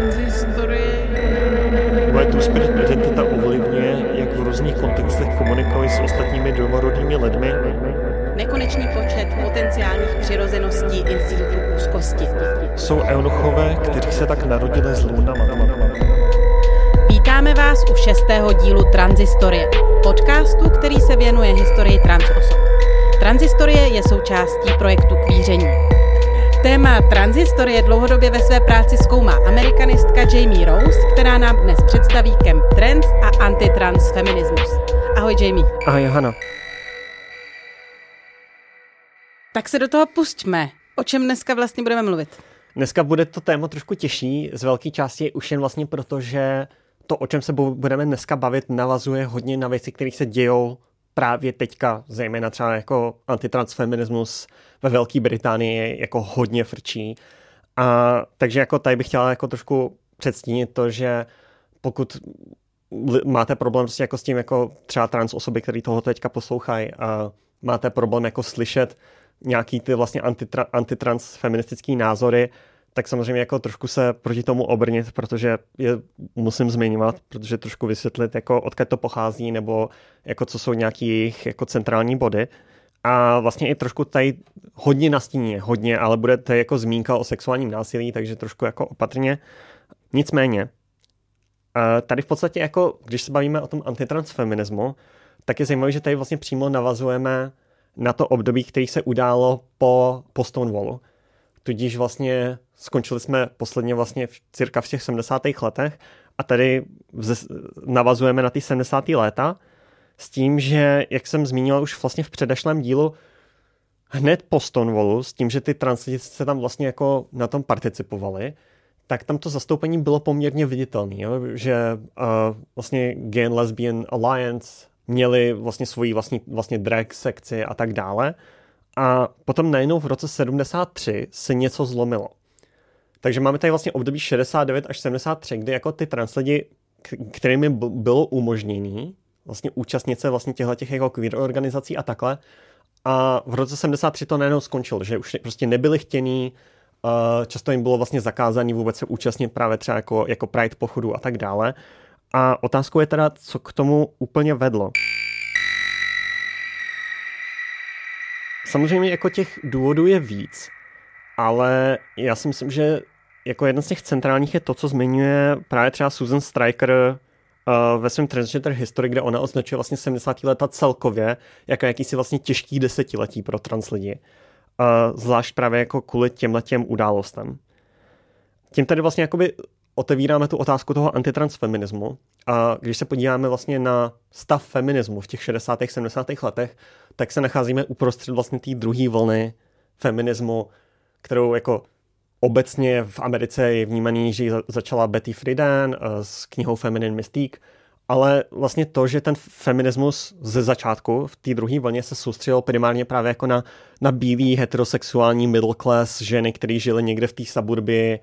Transistory. Moje two-spirit identita ovlivňuje, jak v různých kontextech komunikuji s ostatními domorodými lidmi. Nekonečný počet potenciálních přirozeností institutu úzkosti. Jsou eunuchové, kteří se tak narodili s lunama. Vítáme vás u 6. dílu Transistorie, podcastu, který se věnuje historii transosob. Transistorie je součástí projektu Kvíření. Téma transistorie dlouhodobě ve své práci zkoumá amerikanistka Jamie Rose, která nám dnes představí kemp trans a antitrans feminismus. Ahoj Jamie. Ahoj Johana. Tak se do toho pustíme. O čem dneska vlastně budeme mluvit? Dneska bude to téma trošku těžší, z velké části už jen vlastně proto, že to, o čem se budeme dneska bavit, navazuje hodně na věci, které se dějou právě teďka, zejména třeba jako antitransfeminismus ve Velké Británii jako hodně frčí. A takže jako tady bych chtěla jako trošku předstínit to, že pokud máte problém prostě jako s tím, jako třeba trans osoby, které toho teďka poslouchají, a máte problém jako slyšet nějaký ty vlastně antitrans feministický názory, tak samozřejmě jako trošku se proti tomu obrnit, protože je musím zmiňovat, protože trošku vysvětlit, jako odkud to pochází, nebo jako co jsou nějaký jejich jako centrální body. A vlastně i trošku tady hodně nastíní, ale bude to jako zmínka o sexuálním násilí, takže trošku jako opatrně. Nicméně, tady v podstatě jako, když se bavíme o tom antitransfeminismu, tak je zajímavé, že tady vlastně přímo navazujeme na to období, který se událo po Stonewallu. Tudíž vlastně skončili jsme posledně vlastně cirka v těch 70. letech a tady navazujeme na ty 70. léta s tím, že, jak jsem zmínila už vlastně v předešlém dílu, hned po Stonewallu, s tím, že ty translidi se tam vlastně jako na tom participovali, tak tam to zastoupení bylo poměrně viditelné, že vlastně Gay and Lesbian Alliance měli vlastně svoji vlastně drag sekci a tak dále. A potom najednou v roce 73 se něco zlomilo. Takže máme tady vlastně období 69 až 73, kdy jako ty translidi, kterými bylo umožněný vlastně účastnit se vlastně těchto jako queer organizací a takhle. A v roce 73 to najednou skončilo, že už prostě nebyli chtění, často jim bylo vlastně zakázané vůbec se účastnit právě třeba jako Pride pochodu a tak dále. A otázkou je teda, co k tomu úplně vedlo. Samozřejmě jako těch důvodů je víc, ale já si myslím, že jako jeden z těch centrálních je to, co zmiňuje právě třeba Susan Stryker ve svém Transgender History, kde ona označuje vlastně 70. léta celkově jako jakýsi vlastně těžký desetiletí pro trans lidi. Zvlášť právě jako kvůli těmhletěm událostem. Tím tady vlastně jakoby otevíráme tu otázku toho antitransfeminismu. A když se podíváme vlastně na stav feminismu v těch 60. 70. letech, tak se nacházíme uprostřed vlastně té druhé vlny feminismu, kterou jako obecně v Americe je vnímaný, že začala Betty Friedan s knihou Feminine Mystique, ale vlastně to, že ten feminismus ze začátku v té druhé vlně se soustředil primárně právě jako na bílý heterosexuální middle class ženy, které žily někde v té suburbii,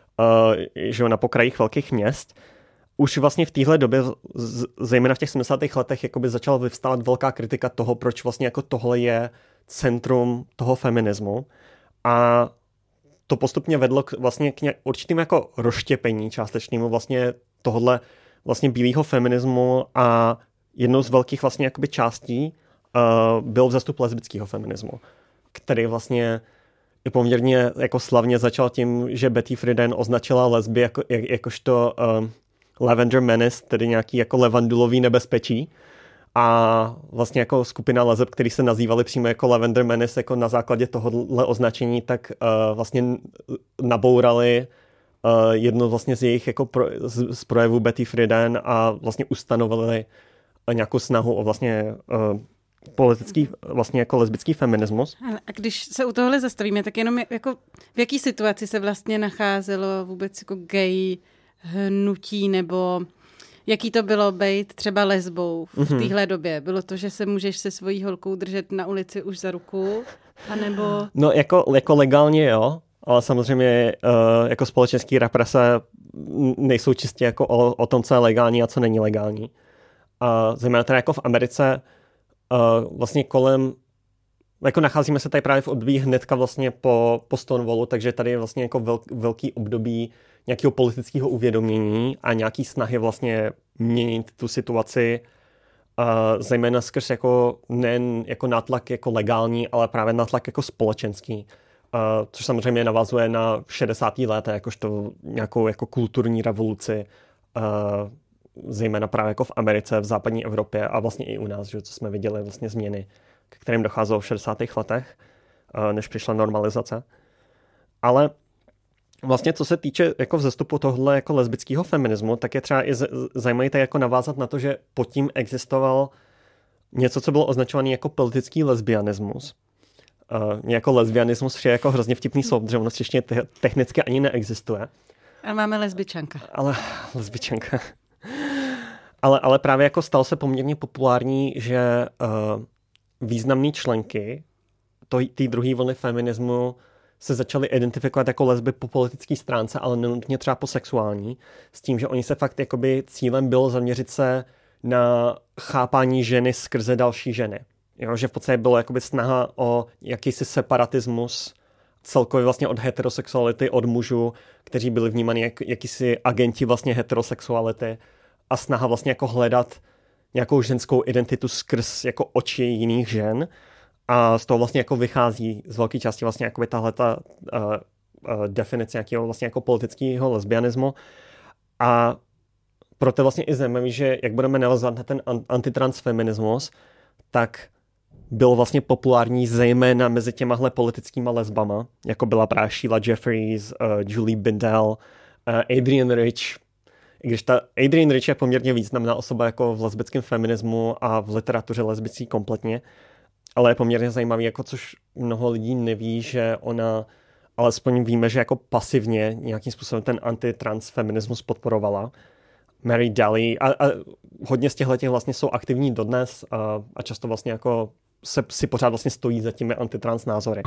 že na pokrajích velkých měst. Už vlastně v téhle době, zejména v těch 70. letech, jakoby začala vyvstávat velká kritika toho, proč vlastně jako tohle je centrum toho feminismu. A to postupně vedlo vlastně k určitým jako rozštěpení částečnému vlastně tohle vlastně bílého feminismu a jednou z velkých vlastně jakoby částí byl vzestup lesbického feminismu, který vlastně i poměrně jako slavně začal tím, že Betty Friedan označila lesby jakožto Lavender Menace, tedy nějaký jako levandulový nebezpečí. A vlastně jako skupina leseb, který se nazývali přímo jako Lavender Menace, jako na základě tohohle označení, tak vlastně nabourali jedno vlastně z jejich jako z projevů Betty Friedan a vlastně ustanovili nějakou snahu o vlastně politický, vlastně jako lesbický feminismus. A když se u tohohle zastavíme, tak jenom jako v jaký situaci se vlastně nacházelo vůbec jako gay hnutí, nebo jaký to bylo být třeba lesbou v téhle době? Bylo to, že se můžeš se svojí holkou držet na ulici už za ruku? A nebo... No jako legálně jo, ale samozřejmě jako společenský represe nejsou čistě jako o tom, co je legální a co není legální. Zejména teda jako v Americe vlastně kolem jako nacházíme se tady právě v období hnedka vlastně po Stonewallu, takže tady je vlastně jako velký období nějakého politického uvědomění a nějaký snahy vlastně měnit tu situaci, zejména skrz jako nejen jako nátlak jako legální, ale právě nátlak jako společenský. Což samozřejmě navazuje na 60. léta, jakožto nějakou jako kulturní revoluci, zejména právě jako v Americe, v západní Evropě a vlastně i u nás, že, co jsme viděli vlastně změny, ke kterým docházelo v 60. letech, než přišla normalizace. Ale vlastně co se týče jako vzestupu tohle jako lesbického feminismu, tak je třeba i zajímavé jako navázat na to, že pod tím existoval něco, co bylo označované jako politický lesbianismus. Jako lesbianismus vše jako hrozně vtipný slovo, protože ono ještě technicky ani neexistuje. Ale máme lesbičanka. Ale lesbičanka. Ale právě jako stal se poměrně populární, že významné členky té druhé vlny feminismu se začaly identifikovat jako lesby po politické stránce, ale nenutně třeba po sexuální, s tím, že oni se fakt jakoby cílem bylo zaměřit se na chápání ženy skrze další ženy. Jo, že v podstatě bylo jakoby snaha o jakýsi separatismus celkově vlastně od heterosexuality, od mužů, kteří byli vnímaní jak jakýsi agenti vlastně heterosexuality a snaha vlastně jako hledat nějakou ženskou identitu skrz jako oči jiných žen a z toho vlastně jako vychází z velké části vlastně jakoby tahleta definice nějakého vlastně jako politického lesbianismu a proto vlastně i zajímavý, že jak budeme navazovat na ten antitransfeminismus, tak byl vlastně populární zejména mezi těmahle politickýma lesbama, jako byla právě Sheila Jeffries, Julie Bindel, Adrienne Rich. I když ta Adrienne Rich je poměrně významná osoba jako v lesbickém feminismu a v literatuře lesbický kompletně, ale je poměrně zajímavý, jako což mnoho lidí neví, že ona, alespoň víme, že jako pasivně nějakým způsobem ten antitransfeminismus podporovala. Mary Daly a hodně z těchto vlastně jsou aktivní dodnes a často vlastně jako si pořád vlastně stojí za těmi antitrans názory.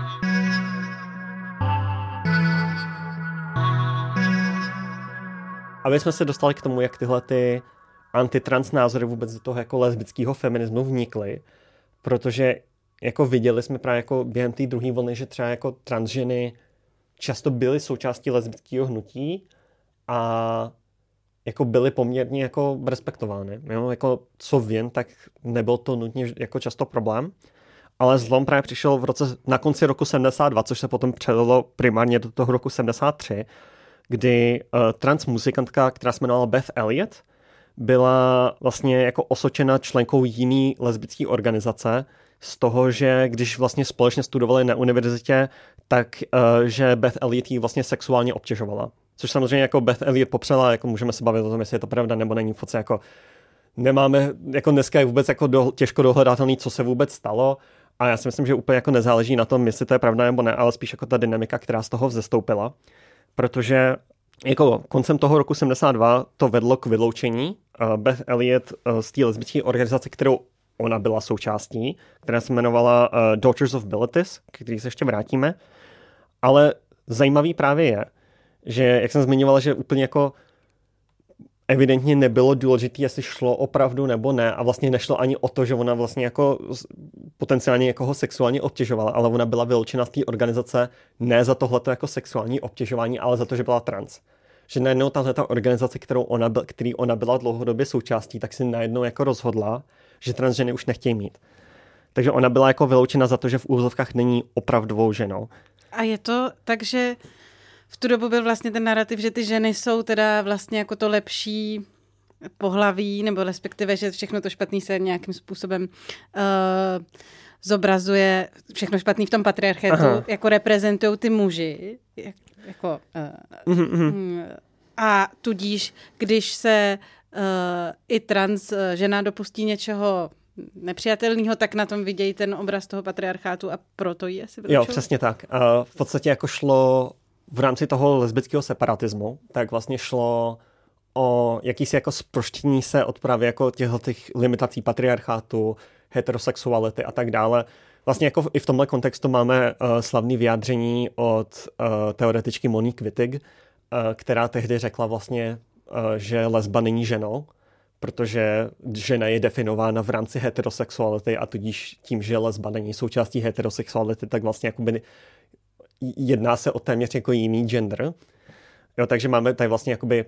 Aby jsme se dostali k tomu, jak tyhle ty antitrans názory vůbec do toho jako lesbického feminismu vnikly, protože jako viděli jsme právě jako během té druhé vlny, že třeba jako transženy často byly součástí lesbického hnutí a jako byly poměrně jako respektovány. Jo? Jako co vím, tak nebyl to nutně jako často problém, ale zlom právě přišel na konci roku 72, což se potom přelilo primárně do toho roku 73, kdy trans muzikantka, která se jmenovala Beth Elliott, byla vlastně jako osočena členkou jiný lesbické organizace z toho, že když vlastně společně studovali na univerzitě, tak že Beth Elliott jí vlastně sexuálně obtěžovala. Což samozřejmě jako Beth Elliott popřela, jako můžeme se bavit o tom, jestli je to pravda nebo není. V podstatě jako nemáme, jako dneska je vůbec jako těžko dohledatelný, co se vůbec stalo. A já si myslím, že úplně jako nezáleží na tom, jestli to je pravda nebo ne, ale spíš jako ta dynamika, která z toho vzestoupila. Protože jako koncem toho roku 72 to vedlo k vyloučení Beth Elliott z té lesbické organizace, kterou ona byla součástí, která se jmenovala Daughters of Bilitis, k který se ještě vrátíme. Ale zajímavý právě je, že, jak jsem zmiňovala, že úplně jako evidentně nebylo důležité, jestli šlo opravdu nebo ne a vlastně nešlo ani o to, že ona vlastně jako potenciálně někoho sexuálně obtěžovala, ale ona byla vyloučena z té organizace ne za tohleto jako sexuální obtěžování, ale za to, že byla trans. Že najednou tato organizace, který ona byla dlouhodobě součástí, tak si najednou jako rozhodla, že trans ženy už nechtějí mít. Takže ona byla jako vyloučena za to, že v úvozovkách není opravdovou ženou. A je to tak, že v tu dobu byl vlastně ten narrativ, že ty ženy jsou teda vlastně jako to lepší pohlaví, nebo respektive, že všechno to špatný se nějakým způsobem zobrazuje, všechno špatný v tom patriarchatu, jako reprezentují ty muži. A tudíž, když se i trans žena dopustí něčeho nepřijatelného, tak na tom vidějí ten obraz toho patriarchátu a proto ji asi vylučují. Jo, přesně tak. V podstatě jako šlo v rámci toho lesbického separatismu, tak vlastně šlo o jakýsi jako zproštění se od právě jako těch limitací patriarchátu, heterosexuality a tak dále. Vlastně jako i v tomhle kontextu máme slavné vyjádření od teoretičky Monique Wittig, která tehdy řekla vlastně, že lesba není ženou, protože žena je definována v rámci heterosexuality a tudíž tím, že lesba není součástí heterosexuality, tak vlastně jakoby jedná se o téměř jako jiný gender. Jo, takže máme tady vlastně jakoby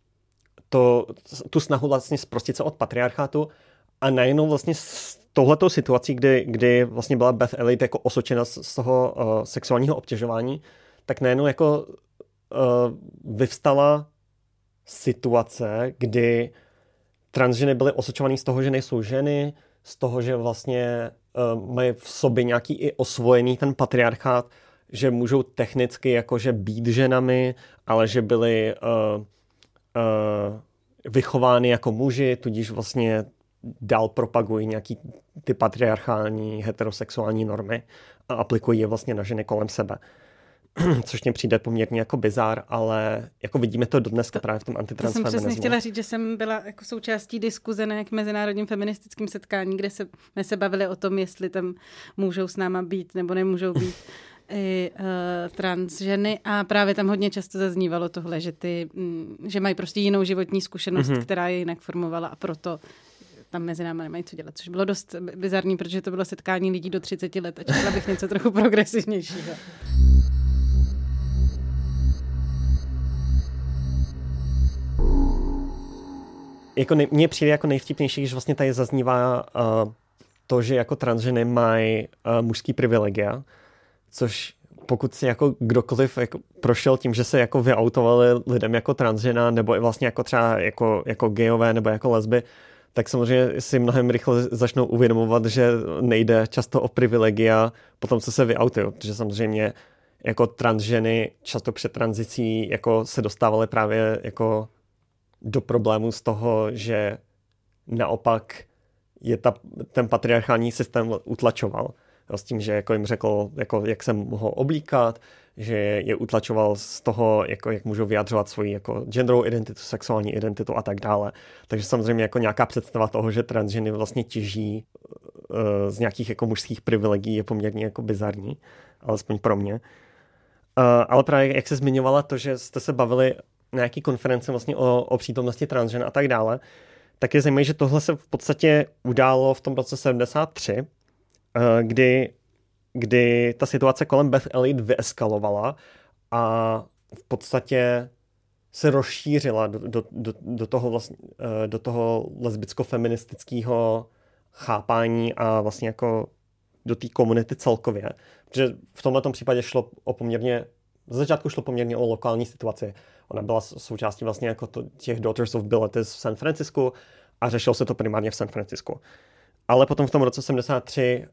tu snahu vlastně zprostit se od patriarchátu a najednou vlastně s touhletou situací, kdy vlastně byla Beth Elliot jako osočena z toho sexuálního obtěžování, tak najednou jako vyvstala situace, kdy transženy byly osočované z toho, že nejsou ženy, z toho, že vlastně mají v sobě nějaký i osvojený ten patriarchát, že můžou technicky jakože být ženami, ale že byly vychovány jako muži, tudíž vlastně dál propagují nějaký ty patriarchální heterosexuální normy a aplikují je vlastně na ženy kolem sebe. Což mě přijde poměrně jako bizár, ale jako vidíme to dodneska právě v tom antitransfeminismu. To jsem přesně chtěla říct, že jsem byla jako součástí diskuze na mezinárodním feministickém setkání, kde jsme se bavili o tom, jestli tam můžou s náma být nebo nemůžou být i trans ženy a právě tam hodně často zaznívalo tohle, že mají prostě jinou životní zkušenost, která je jinak formovala a proto tam mezi námi nemají co dělat, což bylo dost bizarní, protože to bylo setkání lidí do 30 let a čekala bych něco trochu progresivnějšího. Jako mně přijde jako nejvtipnější, když vlastně tady zaznívá to, že jako transženy mají mužský privilegia, což pokud si jako kdokoliv jako prošel tím, že se jako vyautovali lidem jako transžena, nebo i vlastně jako třeba jako gayové nebo jako lesby, tak samozřejmě si mnohem rychle začnou uvědomovat, že nejde často o privilegia potom, co se vyautují, protože samozřejmě jako transženy často před tranzicí jako se dostávaly právě jako do problému z toho, že naopak je ten patriarchální systém utlačoval. S tím, že jako jim řekl, jako, jak se mohou oblíkat, že je utlačoval z toho, jako, jak můžou vyjadřovat svoji jako genderovou identitu, sexuální identitu a tak dále. Takže samozřejmě jako nějaká představa toho, že transženy vlastně těží z nějakých jako mužských privilegií je poměrně jako bizarní, alespoň pro mě. Ale právě jak se zmiňovala to, že jste se bavili na nějaký konferenci vlastně o přítomnosti transžen a tak dále, tak je zajímavé, že tohle se v podstatě událo v tom roce 73, kdy ta situace kolem Beth Elliot vyeskalovala a v podstatě se rozšířila do toho lesbicko-feministického chápání a vlastně jako do té komunity celkově. Protože v tomto případě šlo ze začátku šlo poměrně o lokální situaci. Ona byla součástí vlastně jako těch Daughters of Bilitis v San Francisku a řešilo se to primárně v San Francisku. Ale potom v tom roce 73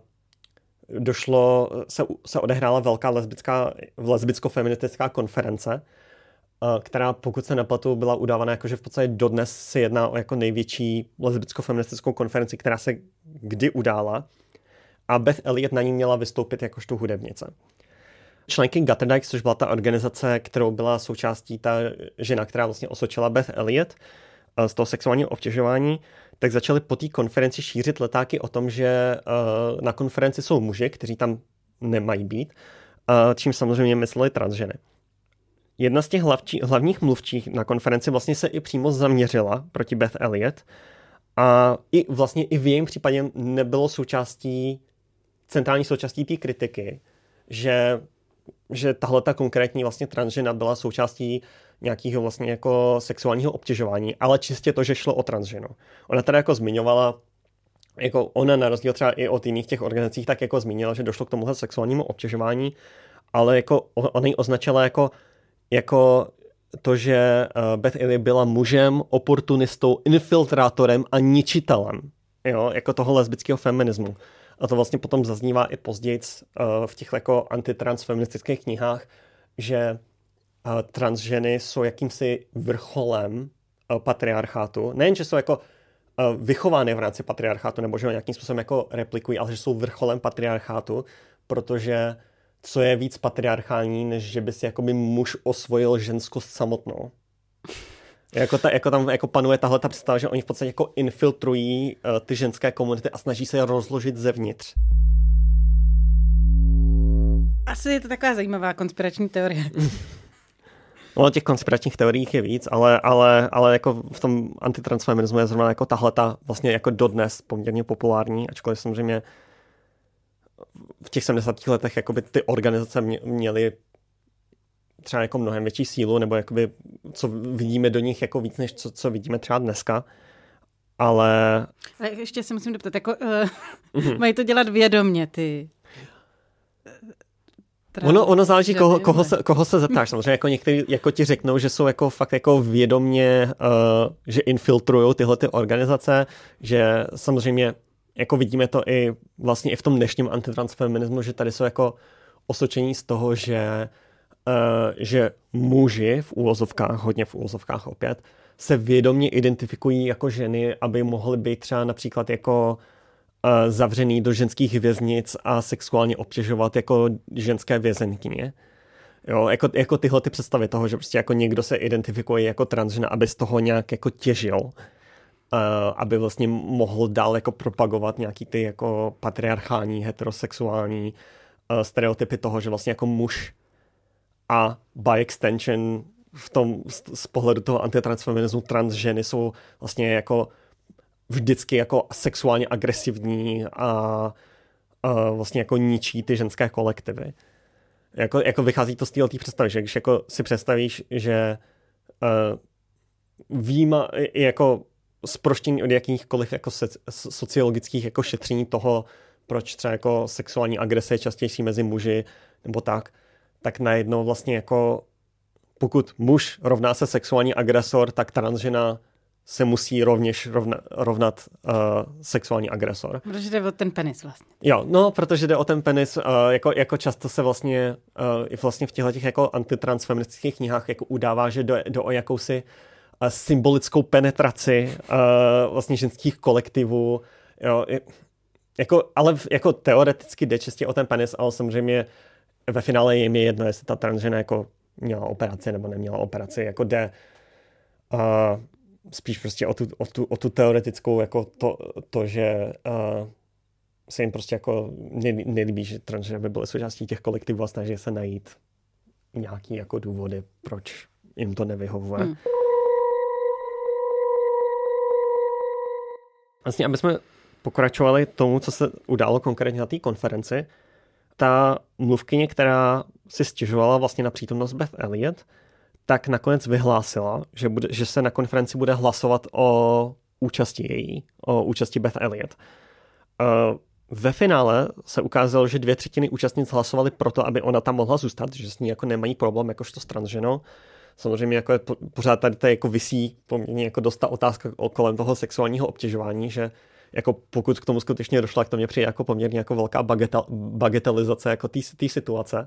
se odehrála velká lesbicko-feministická konference, která, pokud se nepletu, byla udávána jako, že v podstatě dodnes se jedná o jako největší lesbicko-feministickou konferenci, která se kdy udála. A Beth Elliot na ní měla vystoupit jakožto hudebnice. Členky Gutterdikes, což byla ta organizace, kterou byla součástí ta žena, která vlastně osočila Beth Elliot z toho sexuálního obtěžování, tak začaly po té konferenci šířit letáky o tom, že na konferenci jsou muži, kteří tam nemají být, čím samozřejmě mysleli transženy. Jedna z těch hlavních mluvčích na konferenci vlastně se i přímo zaměřila proti Beth Elliot a i v jejím případě nebylo centrální součástí té kritiky, že tahle ta konkrétní vlastně transžena byla součástí nějakého vlastně jako sexuálního obtěžování, ale čistě to, že šlo o transženu. Ona teda jako zmiňovala, jako ona na rozdíl třeba i od jiných těch organizacích, tak jako zmínila, že došlo k tomuhle sexuálnímu obtěžování, ale jako ona ji označila jako to, že Beth Elliot byla mužem, oportunistou, infiltrátorem a ničitelem, jo, jako toho lesbického feminismu. A to vlastně potom zaznívá i později v těch jako antitransfeministických knihách, že transženy jsou jakýmsi vrcholem patriarchátu. Nejen, že jsou jako vychovány v rámci patriarchátu, nebo že ho nějakým způsobem jako replikují, ale že jsou vrcholem patriarchátu, protože co je víc patriarchální, než že by si jakoby muž osvojil ženskost samotnou. Tam panuje tahle ta představa, že oni v podstatě jako infiltrují ty ženské komunity a snaží se je rozložit zevnitř. Asi je to taková zajímavá konspirační teorie. No, těch konspiračních teoriích je víc, ale jako v tom antitransfeminismu je zrovna jako tahleta vlastně jako dodnes poměrně populární, ačkoliv samozřejmě v těch 70. letech jakoby ty organizace měly třeba jako mnohem větší sílu, nebo jakoby, co vidíme do nich jako víc, než co vidíme třeba dneska. Ale ještě se musím doptat, jako, mají to dělat vědomě ty... Ono záleží, koho se zeptáš. Samozřejmě jako někteří jako ti řeknou, že jsou jako fakt jako vědomě, že infiltrujou tyhle ty organizace, že samozřejmě jako vidíme to i vlastně i v tom dnešním antitransfeminismu, že tady jsou jako osočení z toho, že muži v úvozovkách, hodně v úvozovkách opět, se vědomě identifikují jako ženy, aby mohly být třeba například jako zavřený do ženských věznic a sexuálně obtěžovat jako ženské vězenkyně. Jo, jako tyhle ty představy toho, že prostě jako někdo se identifikuje jako transžena, aby z toho nějak jako těžil, aby vlastně mohl dál jako propagovat nějaký ty jako patriarchální, heterosexuální stereotypy toho, že vlastně jako muž a by extension v tom z pohledu toho antitransfeminismu trans ženy jsou vlastně jako vždycky jako sexuálně agresivní a vlastně jako ničí ty ženské kolektivy. Jako vychází to z této představy, že když jako si představíš, že jako zproštění od jakýchkoliv jako sociologických jako šetření toho, proč třeba jako sexuální agrese je častější mezi muži nebo tak najednou vlastně jako pokud muž rovná se sexuální agresor, tak transžena se musí rovněž rovnat sexuální agresor. Protože jde o ten penis vlastně. Jo, no, protože jde o ten penis, jako často se vlastně v těchto jako antitransfeministických knihách jako udává, že jde o jakousi symbolickou penetraci vlastně ženských kolektivů, jo, ale jako teoreticky jde čistě o ten penis, ale samozřejmě ve finále je mi jedno, jestli ta transžena jako měla operaci nebo neměla operaci, jako jde spíš prostě o tu teoretickou, jako to že se jim prostě jako nelíbí, že transženy by byly součástí těch kolektivů a snaží se najít nějaký jako důvody, proč jim to nevyhovuje. Vlastně, aby jsme pokračovali tomu, co se událo konkrétně na té konferenci, ta mluvkyně, která si stěžovala vlastně na přítomnost Beth Elliott, tak nakonec vyhlásila, že se na konferenci bude hlasovat o účasti Beth Elliott. Ve finále se ukázalo, že 2/3 účastnic hlasovaly proto, aby ona tam mohla zůstat, že s ní jako nemají problém jakožto s transženou. Samozřejmě jako pořád tady jako visí poměrně jako dost ta otázka kolem toho sexuálního obtěžování, že jako pokud k tomu skutečně došlo, tak to mě přijde jako poměrně jako velká bagatelizace jako té situace.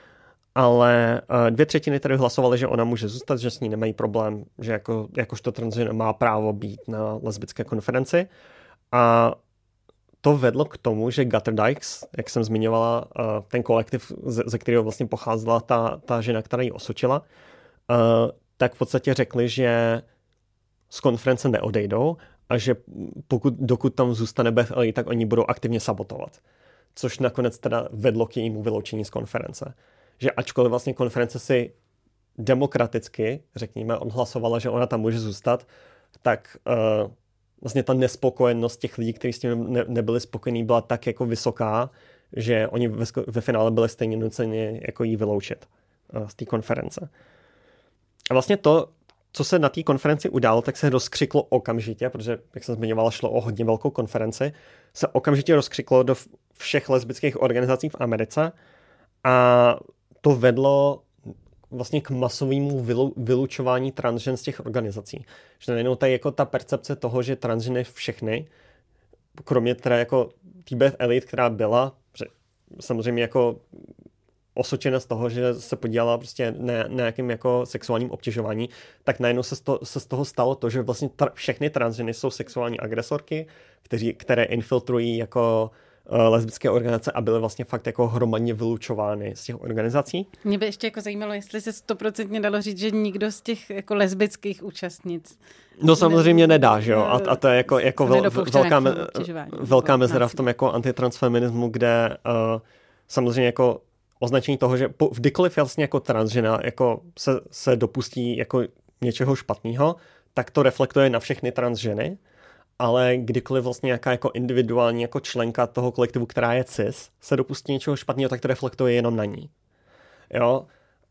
Ale 2/3 tady hlasovaly, že ona může zůstat, že s ní nemají problém, že jakožto transžena má právo být na lesbické konferenci. A to vedlo k tomu, že Gutter Dykes, jak jsem zmiňovala, ten kolektiv, ze kterého vlastně pocházela ta žena, která ji osočila, tak v podstatě řekli, že z konference neodejdou a že dokud tam zůstane Beth Elliott, tak oni budou aktivně sabotovat. Což nakonec teda vedlo k jejímu vyloučení z konference. Že ačkoliv vlastně konference si demokraticky, řekněme, odhlasovala, že ona tam může zůstat, tak vlastně ta nespokojenost těch lidí, kteří s tím nebyli spokojení, byla tak jako vysoká, že oni ve finále byli stejně nuceni jako jí vyloučit z té konference. A vlastně to, co se na té konferenci událo, tak se rozkřiklo okamžitě, protože, jak jsem zmiňovala, šlo o hodně velkou konferenci, se okamžitě rozkřiklo do všech lesbických organizací v Americe a to vedlo vlastně k masovému vylučování transžen z těch organizací. Že najednou tady jako ta percepce toho, že transženy všechny, kromě teda jako Beth Elliott, která byla samozřejmě jako osočena z toho, že se podílela prostě na nějakým jako sexuálním obtěžování, tak najednou se z toho stalo to, že vlastně všechny transženy jsou sexuální agresorky, které infiltrují jako lesbické organizace a byly vlastně fakt jako hromadně vylučovány z těch organizací. Mě by ještě jako zajímalo, jestli se 100% dalo říct, že nikdo z těch jako lesbických účastnic no samozřejmě nedá, že jo? A to je jako velká mezera v tom jako antitransfeminismu, kde samozřejmě jako označení toho, že kdykoliv vlastně jako transžena jako se dopustí jako něčeho špatného, tak to reflektuje na všechny transženy, ale kdykoliv vlastně nějaká jako individuální jako členka toho kolektivu, která je cis, se dopustí něčeho špatného, tak to reflektuje jenom na ní. Jo?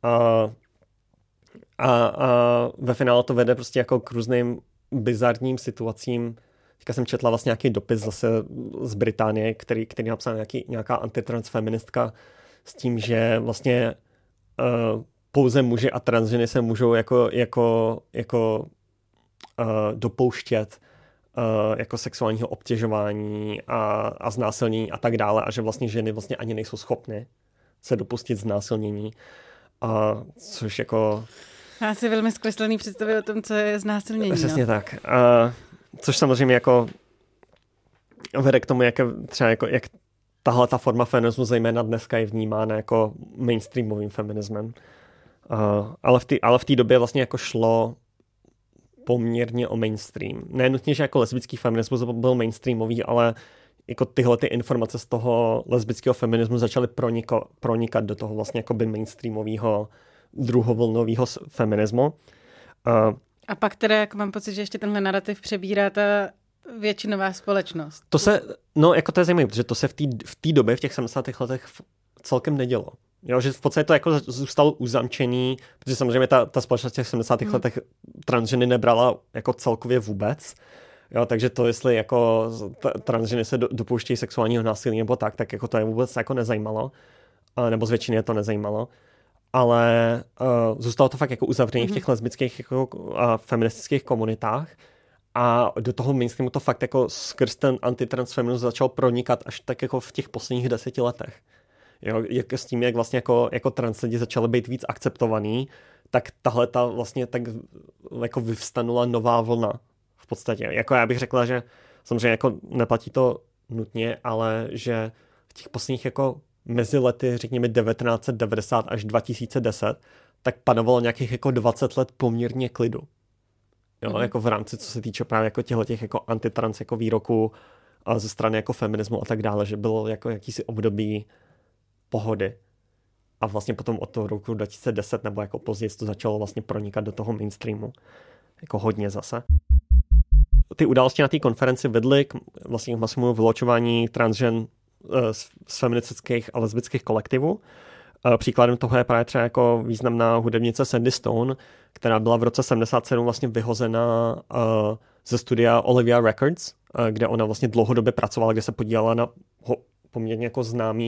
A ve finále to vede prostě jako k různým bizarním situacím. Teďka jsem četla vlastně nějaký dopis zase z Británie, který napsala nějaká antitrans feministka s tím, že vlastně pouze muži a transženy se můžou jako dopouštět jako sexuálního obtěžování a znásilnění a tak dále, a že vlastně ženy vlastně ani nejsou schopny se dopustit znásilnění. Což jako... Já si velmi zkreslený představy o tom, co je znásilnění. Přesně tak. Což samozřejmě jako vede k tomu, jak tahle ta forma feminismu zejména dneska je vnímána jako mainstreamovým feminismem. Ale v té době vlastně jako šlo poměrně o mainstream. Ne nutně, že jako lesbický feminismus byl mainstreamový, ale jako tyhle ty informace z toho lesbického feminismu začaly pronikat do toho vlastně jakoby mainstreamového druhovlnového feminismu. A pak teda, jak mám pocit, že ještě tenhle narrativ přebírá ta většinová společnost. To je zajímavé, protože to se v té době, v těch 70. letech celkem nedělo. Jo, že v podstatě to jako zůstalo uzamčený, protože samozřejmě ta společnost v těch 70. letech transženy nebrala jako celkově vůbec. Jo, takže to, jestli jako transženy se dopouštějí sexuálního násilí nebo tak jako to je vůbec jako nezajímalo. Nebo z většiny je to nezajímalo. Ale zůstalo to fakt jako uzavřené v těch lesbických jako, feministických komunitách. A do toho mainstreamu to fakt jako skrz ten antitrans feminismus začal pronikat až tak jako v těch posledních 10 letech. Jo, jak s tím, jak vlastně jako trans lidi začaly být víc akceptovaný, tak tahle ta vlastně tak jako vyvstanula nová vlna v podstatě. Jako já bych řekla, že samozřejmě jako neplatí to nutně, ale že v těch posledních jako mezi lety, řekněme 1990 až 2010, tak panovalo nějakých jako 20 let poměrně klidu. Jo, jako v rámci, co se týče právě jako těch jako antitrans jako výroků ze strany jako feminismu a tak dále, že bylo jako jakýsi období pohody. A vlastně potom od toho roku 2010 nebo jako později to začalo vlastně pronikat do toho mainstreamu. Jako hodně zase. Ty události na té konferenci vedly k vlastně masovému vyloučování transžen z feministických a lesbických kolektivů. Příkladem toho je právě třeba jako významná hudebnice Sandy Stone, která byla v roce 77 vlastně vyhozena ze studia Olivia Records, kde ona vlastně dlouhodobě pracovala, kde se podílela na poměrně jako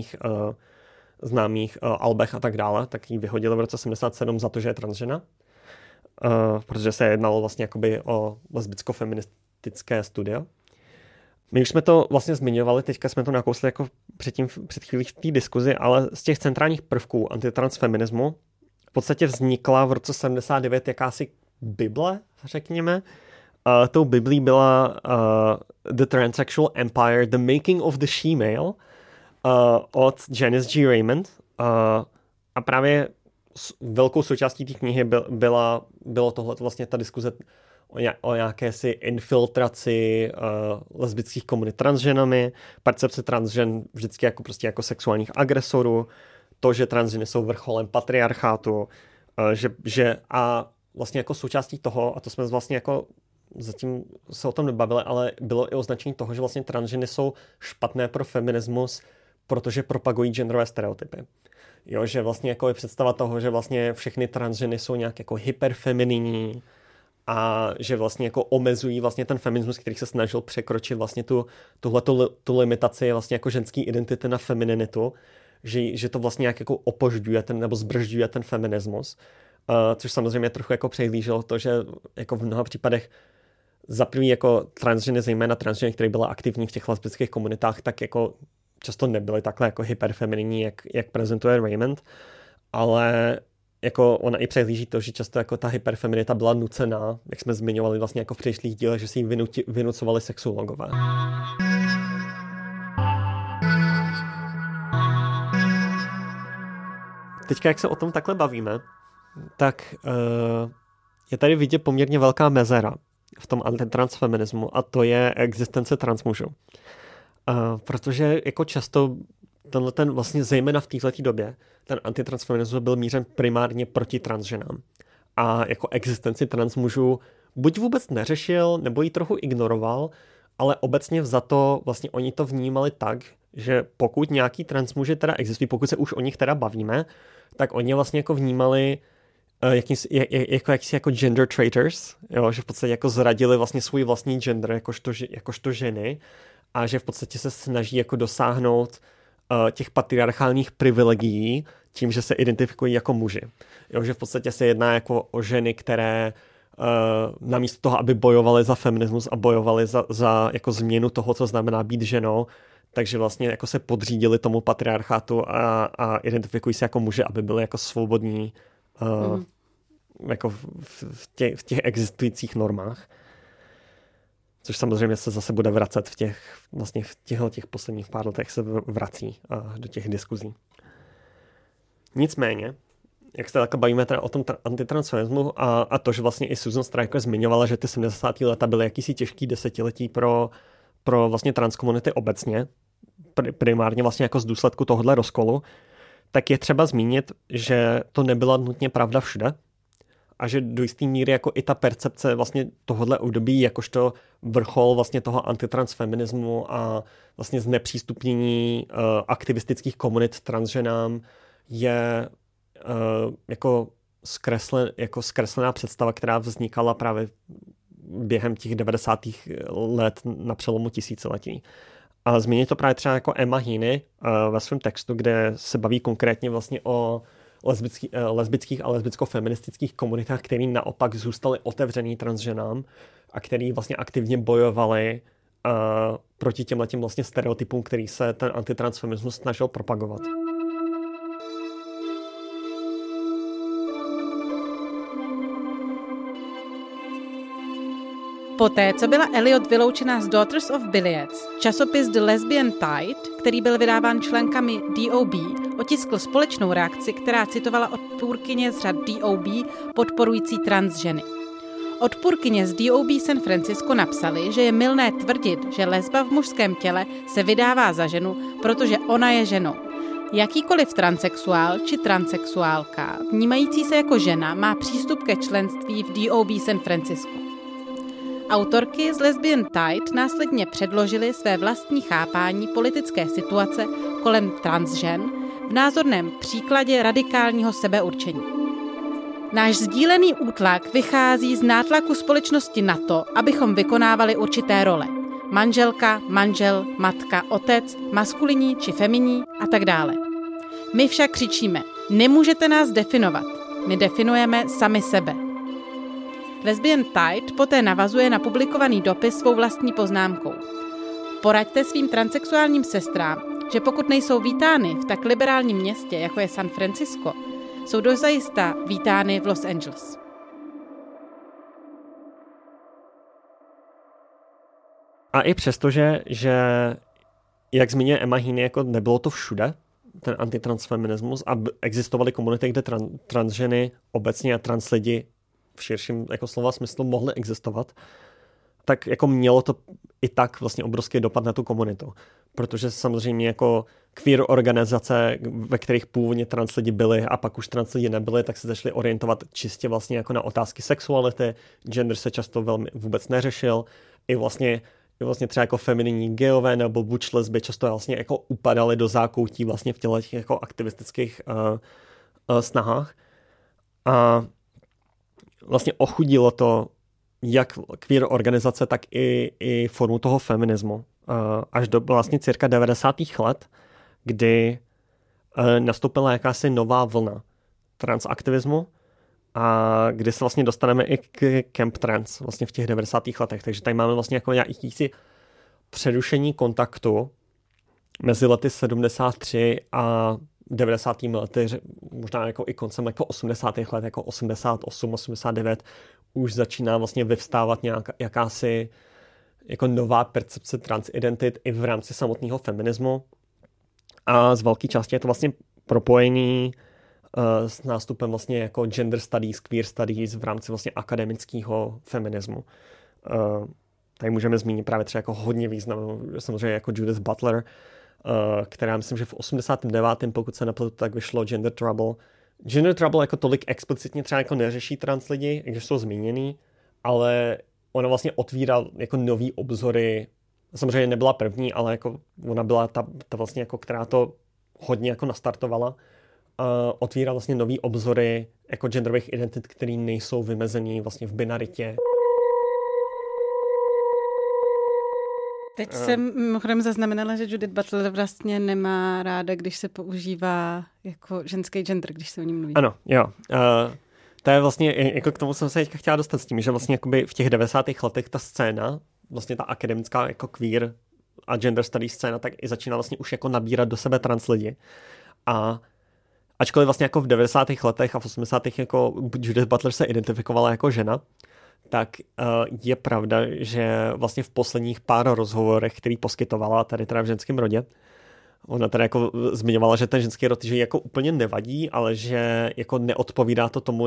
známých albech a tak dále, tak ji vyhodili v roce 77 za to, že je transžena, protože se jednalo vlastně jakoby o lesbicko-feministické studio. My už jsme to vlastně zmiňovali, teďka jsme to nakousli jako před chvílí v té diskuzi, ale z těch centrálních prvků antitransfeminismu v podstatě vznikla v roce 79 jakási Bible, řekněme. Tou Biblí byla The Transsexual Empire, The Making of the She-Male od Janice G. Raymond. A právě velkou součástí té knihy bylo tohle vlastně ta diskuze o jakési infiltraci lesbických komunit transženami, percepce transžen vždycky jako prostě jako sexuálních agresorů, to, že transženy jsou vrcholem patriarchátu, že a vlastně jako součástí toho, a to jsme vlastně jako zatím se o tom nebavili, ale bylo i označení toho, že vlastně transženy jsou špatné pro feminismus, protože propagují genderové stereotypy. Jo, že vlastně jako je představa toho, že vlastně všechny transženy jsou nějak jako hyperfemininní a že vlastně jako omezují vlastně ten feminismus, který se snažil překročit vlastně tu limitaci vlastně jako ženský identity na femininitu, že to vlastně nějak jako opožďuje nebo zbržďuje ten feminismus, což samozřejmě trochu jako přehlíželo to, že jako v mnoha případech za první jako transženy, zejména transženy, které byly aktivní v těch lesbických komunitách, tak jako často nebyly takhle jako hyperfemininní, jak prezentuje Raymond, ale jako ona i přehlíží to, že často jako ta hyperfeminita byla nucená, jak jsme zmiňovali vlastně jako v předešlých dílech, že si ji vynucovali sexuologové. Teďka, jak se o tom takhle bavíme, tak je tady vidět poměrně velká mezera v tom antitransfeminismu a to je existence transmužů. Protože jako často ten vlastně zejména v této době, ten antitransfeminismus byl mířen primárně proti transženám. A jako existenci transmužů buď vůbec neřešil, nebo ji trochu ignoroval, ale obecně vzato vlastně oni to vnímali tak, že pokud nějaký transmuži teda existují, pokud se už o nich teda bavíme, tak oni vlastně jako vnímali jako gender traitors, jo, že v podstatě jako zradili vlastně svůj vlastní gender jakožto ženy a že v podstatě se snaží jako dosáhnout těch patriarchálních privilegií tím, že se identifikují jako muži. Jo, že v podstatě se jedná jako o ženy, které namísto toho, aby bojovali za feminismus a bojovali za jako změnu toho, co znamená být ženou, takže vlastně jako se podřídili tomu patriarchátu a identifikují se jako muži, aby byli jako svobodní jako v těch existujících normách. Což samozřejmě se zase bude vracet v těch posledních pár letech se vrací do těch diskuzí. Nicméně, jak se tak bavíme teda o tom antitransfeminismu a to, že vlastně i Susan Stryker zmiňovala, že ty 70. leta byly jakýsi těžký desetiletí pro vlastně transkomunity obecně, primárně vlastně jako z důsledku tohohle rozkolu, tak je třeba zmínit, že to nebyla nutně pravda všude a že do jistý míry jako i ta percepce vlastně tohohle období jakožto vrchol vlastně toho antitransfeminismu a vlastně znepřístupnění aktivistických komunit transženám je jako zkreslená představa, která vznikala právě během těch 90. let na přelomu tisíciletí. A zmínit to právě třeba jako Emma Heaney ve svém textu, kde se baví konkrétně vlastně o lesbických a lesbicko-feministických komunitách, který naopak zůstaly otevřený transženám a který vlastně aktivně bojovali proti těmhletím vlastně stereotypům, který se ten antitransfeminismus snažil propagovat. Poté, co byla Eliot vyloučena z Daughters of Billiards, časopis The Lesbian Tide, který byl vydáván členkami DOB, otiskl společnou reakci, která citovala odpůrkyně z řad DOB podporující transženy. Odpůrkyně z DOB San Francisco napsali, že je mylné tvrdit, že lesba v mužském těle se vydává za ženu, protože ona je ženou. Jakýkoliv transsexuál či transsexuálka, vnímající se jako žena, má přístup ke členství v DOB San Francisco. Autorky z Lesbian Tide následně předložily své vlastní chápání politické situace kolem transžen v názorném příkladě radikálního sebeurčení. Náš sdílený útlak vychází z nátlaku společnosti na to, abychom vykonávali určité role. Manželka, manžel, matka, otec, maskulinní či feminní a tak dále. My však křičíme, nemůžete nás definovat, my definujeme sami sebe. Lesbian Tide poté navazuje na publikovaný dopis svou vlastní poznámkou. Poraďte svým transsexuálním sestrám, že pokud nejsou vítány v tak liberálním městě, jako je San Francisco, jsou dozajista vítány v Los Angeles. A i přesto, že jak zmínila Emma Heaney, jako nebylo to všude, ten antitransfeminismus, a existovaly komunity, kde transženy obecně a trans lidi v širším jako slova smyslu mohly existovat, tak jako mělo to i tak vlastně obrovský dopad na tu komunitu. Protože samozřejmě jako queer organizace, ve kterých původně trans lidi byli a pak už trans lidi nebyli, tak se začali orientovat čistě vlastně jako na otázky sexuality. Gender se často vůbec neřešil. I vlastně třeba jako femininní gayové nebo butch lesby často vlastně jako upadaly do zákoutí vlastně v těch jako aktivistických snahách. A vlastně ochudilo to jak queer organizace, tak i formu toho feminismu. Až do vlastně cirka 90. let, kdy nastoupila jakási nová vlna transaktivismu a kdy se vlastně dostaneme i k Camp Trans vlastně v těch 90. letech. Takže tady máme vlastně jako jakýsi přerušení kontaktu mezi lety 73 a 90. lety, možná jako i koncem jako 80. let, jako 88, 89, už začíná vlastně vyvstávat jakási jako nová percepce transidentity i v rámci samotného feminismu. A z velké části je to vlastně propojení s nástupem vlastně jako gender studies, queer studies v rámci vlastně akademického feminismu. Tady můžeme zmínit právě třeba jako hodně významnou, samozřejmě jako Judith Butler, která myslím, že v 89. pokud se nepletu, tak vyšlo Gender Trouble. Gender Trouble jako tolik explicitně třeba jako neřeší trans lidi, když jsou zmíněný, ale ona vlastně otvírá jako nový obzory. Samozřejmě nebyla první, ale jako ona byla ta vlastně jako, která to hodně jako nastartovala. Otvírá vlastně nový obzory jako genderových identit, které nejsou vymezený vlastně v binaritě. Teď jsem mimochodem zaznamenala, že Judith Butler vlastně nemá ráda, když se používá jako ženský gender, když se o ní mluví. Ano, jo. To je vlastně, jako k tomu jsem se teďka chtěla dostat s tím, že vlastně jakoby v těch 90. letech ta scéna, vlastně ta akademická jako queer a gender studies scéna, tak i začíná vlastně už jako nabírat do sebe trans lidi. A ačkoliv vlastně jako v 90. letech a v 80. jako Judith Butler se identifikovala jako žena, tak je pravda, že vlastně v posledních pár rozhovorech, který poskytovala tady teda v ženském rodě, ona teda jako zmiňovala, že ten ženský rod, že jako úplně nevadí, ale že jako neodpovídá to tomu,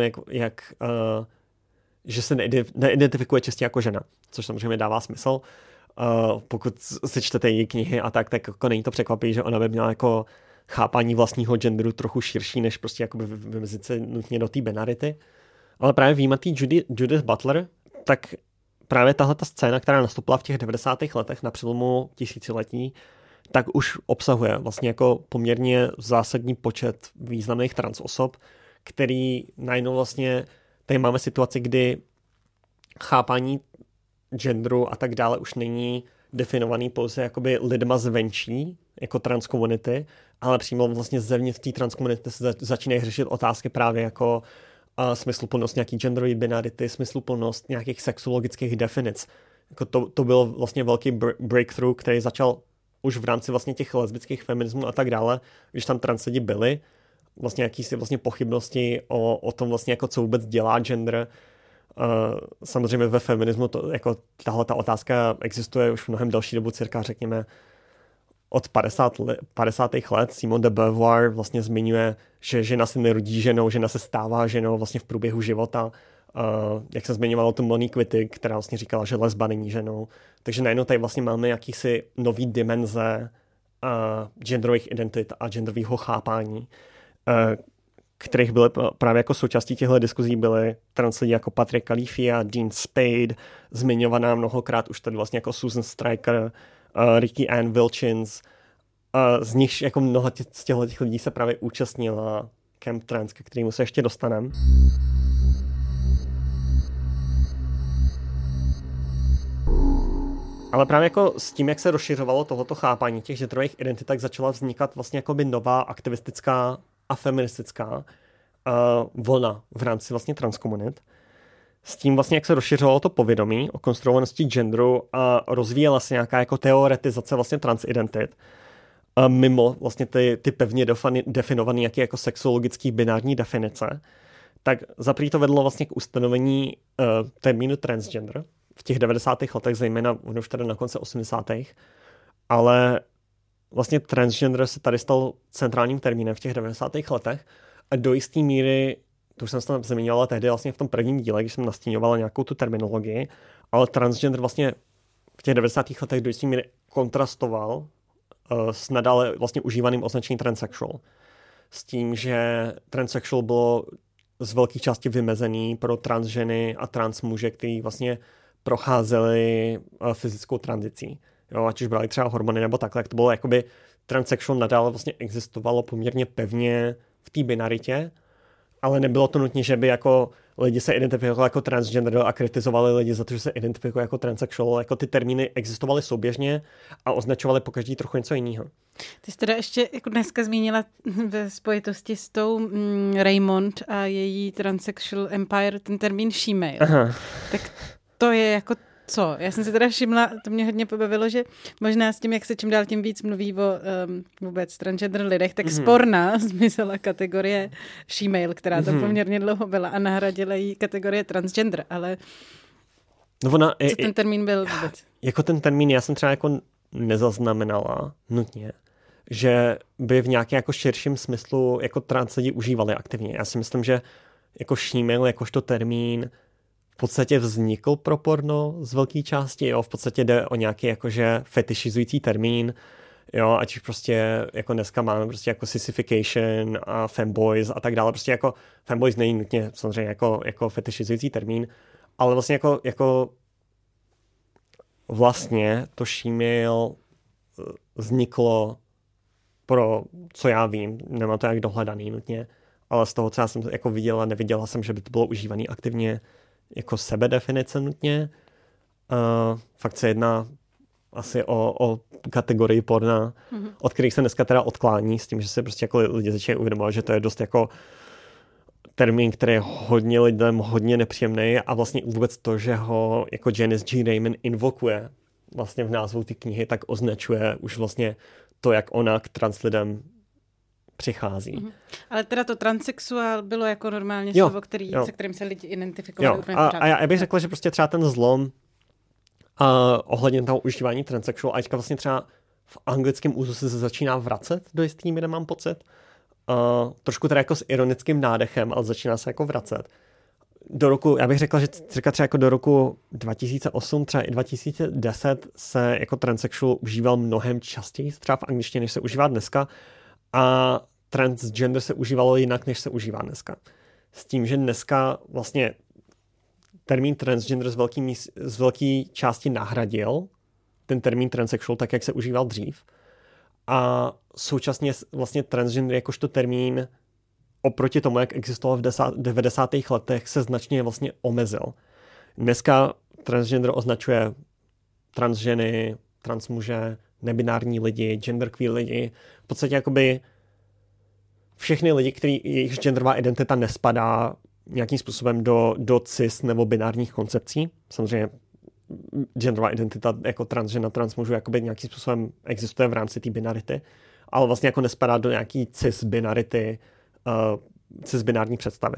že se neidentifikuje čistě jako žena, což samozřejmě dává smysl. Pokud si čtete její knihy a tak jako není to překvapí, že ona by měla jako chápání vlastního genderu trochu širší, než prostě jakoby vymezit se nutně do té binarity. Ale právě výjimatý Judith Butler, tak právě tahle ta scéna, která nastoupila v těch 90. letech na přelomu tisíciletí, tak už obsahuje vlastně jako poměrně zásadní počet významných trans osob, který najednou vlastně, tady máme situaci, kdy chápání genderu a tak dále už není definovaný pouze jakoby lidma zvenčí, jako trans komunity, ale přímo vlastně zevnitř té trans komunity se začínají řešit otázky právě jako smysluplnost nějaký genderový binarity, smysluplnost nějakých sexuologických definic. Jako to byl vlastně velký breakthrough, který začal už v rámci vlastně těch lesbických feminismů a tak dále, když tam trans lidi byli, vlastně jakýsi vlastně pochybnosti o tom vlastně jako co vůbec dělá gender. Samozřejmě ve feminismu to, jako tahle ta otázka existuje už mnohem delší dobu, cirka řekněme od 50. let. Simone de Beauvoir vlastně zmiňuje, že žena se nerodí ženou, žena se stává ženou vlastně v průběhu života. Jak jsem zmiňoval tu Monique Wittig, která vlastně říkala, že lesba není ženou. Takže najednou tady vlastně máme jakýsi nový dimenze genderových identit a genderového chápání, kterých byly právě jako součástí těchto diskuzí byly trans lidi jako Patrick Califia, Dean Spade, zmiňovaná mnohokrát už tady vlastně jako Susan Stryker, Ricky Ann Wilchins. Z nich jako mnoho z těch lidí se právě účastnila Camp Trans, ke kterému se ještě dostaneme. Ale právě jako s tím, jak se rozšiřovalo tohoto chápání těch genderových identit, tak začala vznikat vlastně jakoby nová aktivistická a feministická vlna v rámci vlastně transkomunit. S tím vlastně, jak se rozšiřovalo to povědomí o konstruovanosti genderu a rozvíjela se nějaká jako teoretizace vlastně transidentit, mimo vlastně ty pevně definované jaký jako sexuologický binární definice, tak zaprý to vedlo vlastně k ustanovení termínu transgender v těch 90. letech, zejména už tady na konci 80. Ale vlastně transgender se tady stal centrálním termínem v těch 90. letech a do jisté míry, to už jsem se tam zmiňovala tehdy vlastně v tom prvním díle, když jsem nastíňovala nějakou tu terminologii, ale transgender vlastně v těch 90. letech do jisté míry kontrastoval s nadále vlastně užívaným označením transsexual. S tím, že transsexual bylo z velké části vymezený pro trans ženy a trans muže, kteří vlastně procházeli fyzickou tranzicí. Jo, ať už brali třeba hormony nebo takhle, jak to bylo jakoby transsexual nadále vlastně existovalo poměrně pevně v té binaritě, ale nebylo to nutně, že by jako lidi se identifikovali jako transgender a kritizovali lidi za to, že se identifikují jako transsexual. Jako ty termíny existovaly souběžně a označovaly po každý trochu něco jiného. Ty jsi teda ještě jako dneska zmínila ve spojitosti s tou Raymond a její transsexual empire ten termín she-male. Aha. Tak to je jako co? Já jsem si teda všimla, to mě hodně pobavilo, že možná s tím, jak se čím dál tím víc mluví o vůbec transgender lidech, tak sporná zmizela kategorie she-male, která tam poměrně dlouho byla a nahradila jí kategorie transgender, ale co ten termín byl vůbec? Jako ten termín já jsem třeba jako nezaznamenala nutně, že by v nějakém jako širším smyslu jako trans lidi užívali aktivně. Já si myslím, že jako she-male, jakožto termín v podstatě vznikl pro porno z velké části, jo, v podstatě jde o nějaký jakože fetišizující termín, Jo, ať už prostě jako dneska máme prostě jako sissification a femboys a tak dále. Prostě jako femboys není nutně samozřejmě jako fetišizující termín, ale vlastně jako vlastně to šímil vzniklo pro, co já vím, nemám to jak dohledaný nutně, ale z toho, co já jsem jako viděla, neviděla jsem, že by to bylo užívané aktivně jako sebedefinice nutně. Fakt se jedná asi o kategorii porna, od kterých se dneska teda odklání s tím, že se prostě jako lidi začínají uvědomovat, že to je dost jako termín, který je hodně lidem hodně nepříjemný a vlastně vůbec to, že ho jako Janice G. Raymond invokuje vlastně v názvu té knihy, tak označuje už vlastně to, jak ona k trans lidem přichází. Ale teda to transsexuál bylo jako normálně slovo, se kterým se lidi identifikovali úplně a já bych řekla, že prostě třeba ten zlom ohledně toho užívání transsexuál, a teďka vlastně třeba v anglickém úzu se začíná vracet do jistý míry, mám pocit. Trošku teda jako s ironickým nádechem, ale začíná se jako vracet. Já bych řekla, že třeba jako do roku 2008, třeba i 2010 se jako transsexual užíval mnohem častěji třeba v angličtině, než se užívá dneska. A transgender se užívalo jinak, než se užívá dneska. S tím, že dneska vlastně termín transgender z velké části nahradil ten termín transsexual tak, jak se užíval dřív. A současně vlastně transgender jakožto termín oproti tomu, jak existoval v 90. letech, se značně vlastně omezil. Dneska transgender označuje transženy, transmuže, nebinární lidi, genderqueer lidi, v podstatě jakoby všechny lidi, jejichž genderová identita nespadá nějakým způsobem do cis nebo binárních koncepcí. Samozřejmě genderová identita jako transžena, transmužů jakoby nějakým způsobem existuje v rámci té binarity, ale vlastně jako nespadá do nějaký cis binarity, cis binární představy.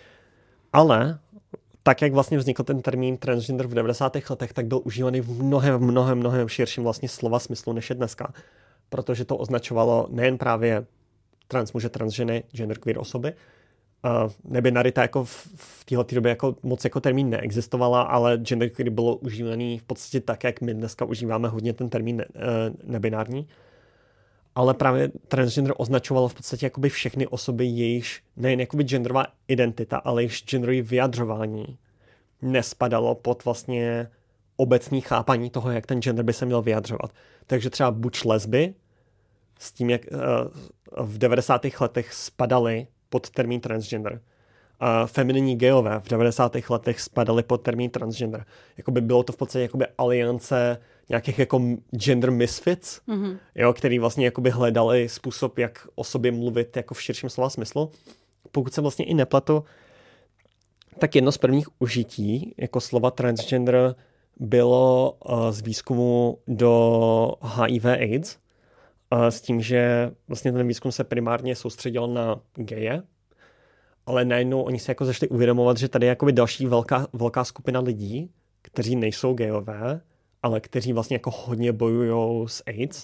Ale tak, jak vlastně vznikl ten termín transgender v 90. letech, tak byl užívaný v mnohem širším vlastně slova smyslu, než je dneska. Protože to označovalo nejen právě transmuže, transženy, genderqueer osoby. Nebinarita jako v této době jako moc jako termín neexistovala, ale genderqueer bylo užívaný v podstatě tak, jak my dneska užíváme hodně ten termín nebinární. Ale právě transgender označovalo v podstatě jakoby všechny osoby, jejichž nejen jakoby genderová identita, ale jejichž genderové vyjadřování nespadalo pod vlastně obecný chápání toho, jak ten gender by se měl vyjadřovat. Takže třeba buď lesby, s tím, jak v 90. letech spadaly pod termín transgender. Femininní gejové v 90. letech spadaly pod termín transgender. Jakoby bylo to v podstatě jakoby aliance nějakých jako gender misfits, jo, který vlastně jakoby hledali způsob, jak o sobě mluvit jako v širším slova smyslu. Pokud se vlastně i nepletu, tak jedno z prvních užití jako slova transgender bylo z výzkumu do HIV AIDS, s tím, že vlastně ten výzkum se primárně soustředil na geje, ale najednou oni se jako začali uvědomovat, že tady je jakoby další velká skupina lidí, kteří nejsou gejové, ale kteří vlastně jako hodně bojují s AIDS.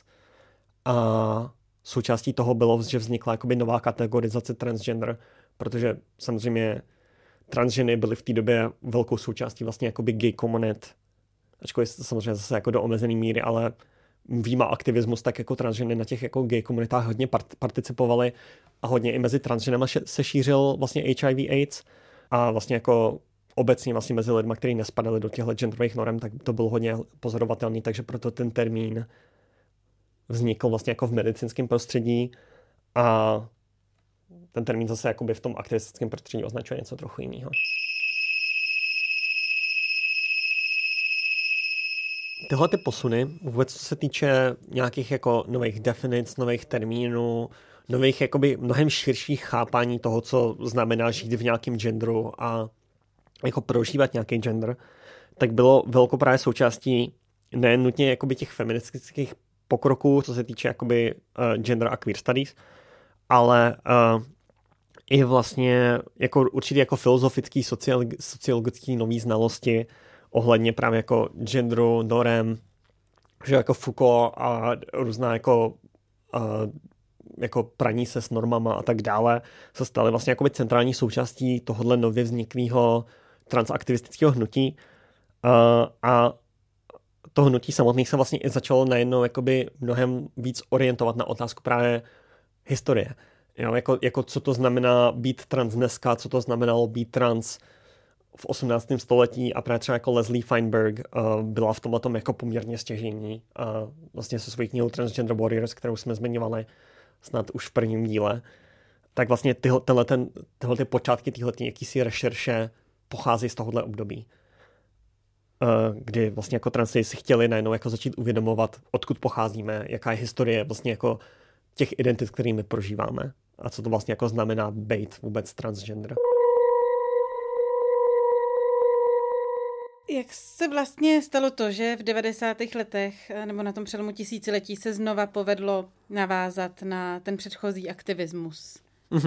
A součástí toho bylo, že vznikla jakoby nová kategorizace transgender, protože samozřejmě transženy byly v té době velkou součástí vlastně jakoby gay komunit, ačkoliv samozřejmě zase jako do omezené míry, ale výjima aktivismus, tak jako transženy na těch jako gay komunitách hodně participovaly a hodně i mezi transženama se šířil vlastně HIV AIDS a vlastně jako obecně vlastně mezi lidmi, kteří nespadali do těchto genderových norem, tak to bylo hodně pozorovatelný, takže proto ten termín vznikl vlastně jako v medicínském prostředí a ten termín zase jakoby v tom aktivistickém prostředí označuje něco trochu jiného. Tyhle ty posuny, vůbec co se týče nějakých jako nových definic, nových termínů, nových jakoby mnohem širších chápání toho, co znamená žít v nějakém genderu a jako prožívat nějaký gender, tak bylo velkou právě součástí nejen nutně jakoby těch feministických pokroků, co se týče jakoby gender a queer studies, ale i vlastně jako určitě jako filozofický, sociologický nový znalosti ohledně právě jako genderu, norem, že jako Foucault a různá jako praní se s normama a tak dále se staly vlastně jakoby centrální součástí tohohle nově vzniklého transaktivistického hnutí. A to hnutí samotných se vlastně i začalo najednou jakoby mnohem víc orientovat na otázku právě historie. Jo, jako co to znamená být trans dneska, co to znamenalo být trans v 18. století a právě třeba jako Leslie Feinberg byla v tomhle tom jako poměrně stěžejní vlastně se svojí knihou Transgender Warriors, kterou jsme zmiňovali snad už v prvním díle, tak vlastně tyhle ty počátky tyhleté jakýsi rešerše pochází z tohohle období, kdy vlastně jako transi si chtěli najednou jako začít uvědomovat, odkud pocházíme, jaká je historie vlastně jako těch identit, kterými prožíváme a co to vlastně jako znamená být vůbec transgender. Jak se vlastně stalo to, že v 90. letech nebo na tom přelomu tisíciletí se znova povedlo navázat na ten předchozí aktivismus?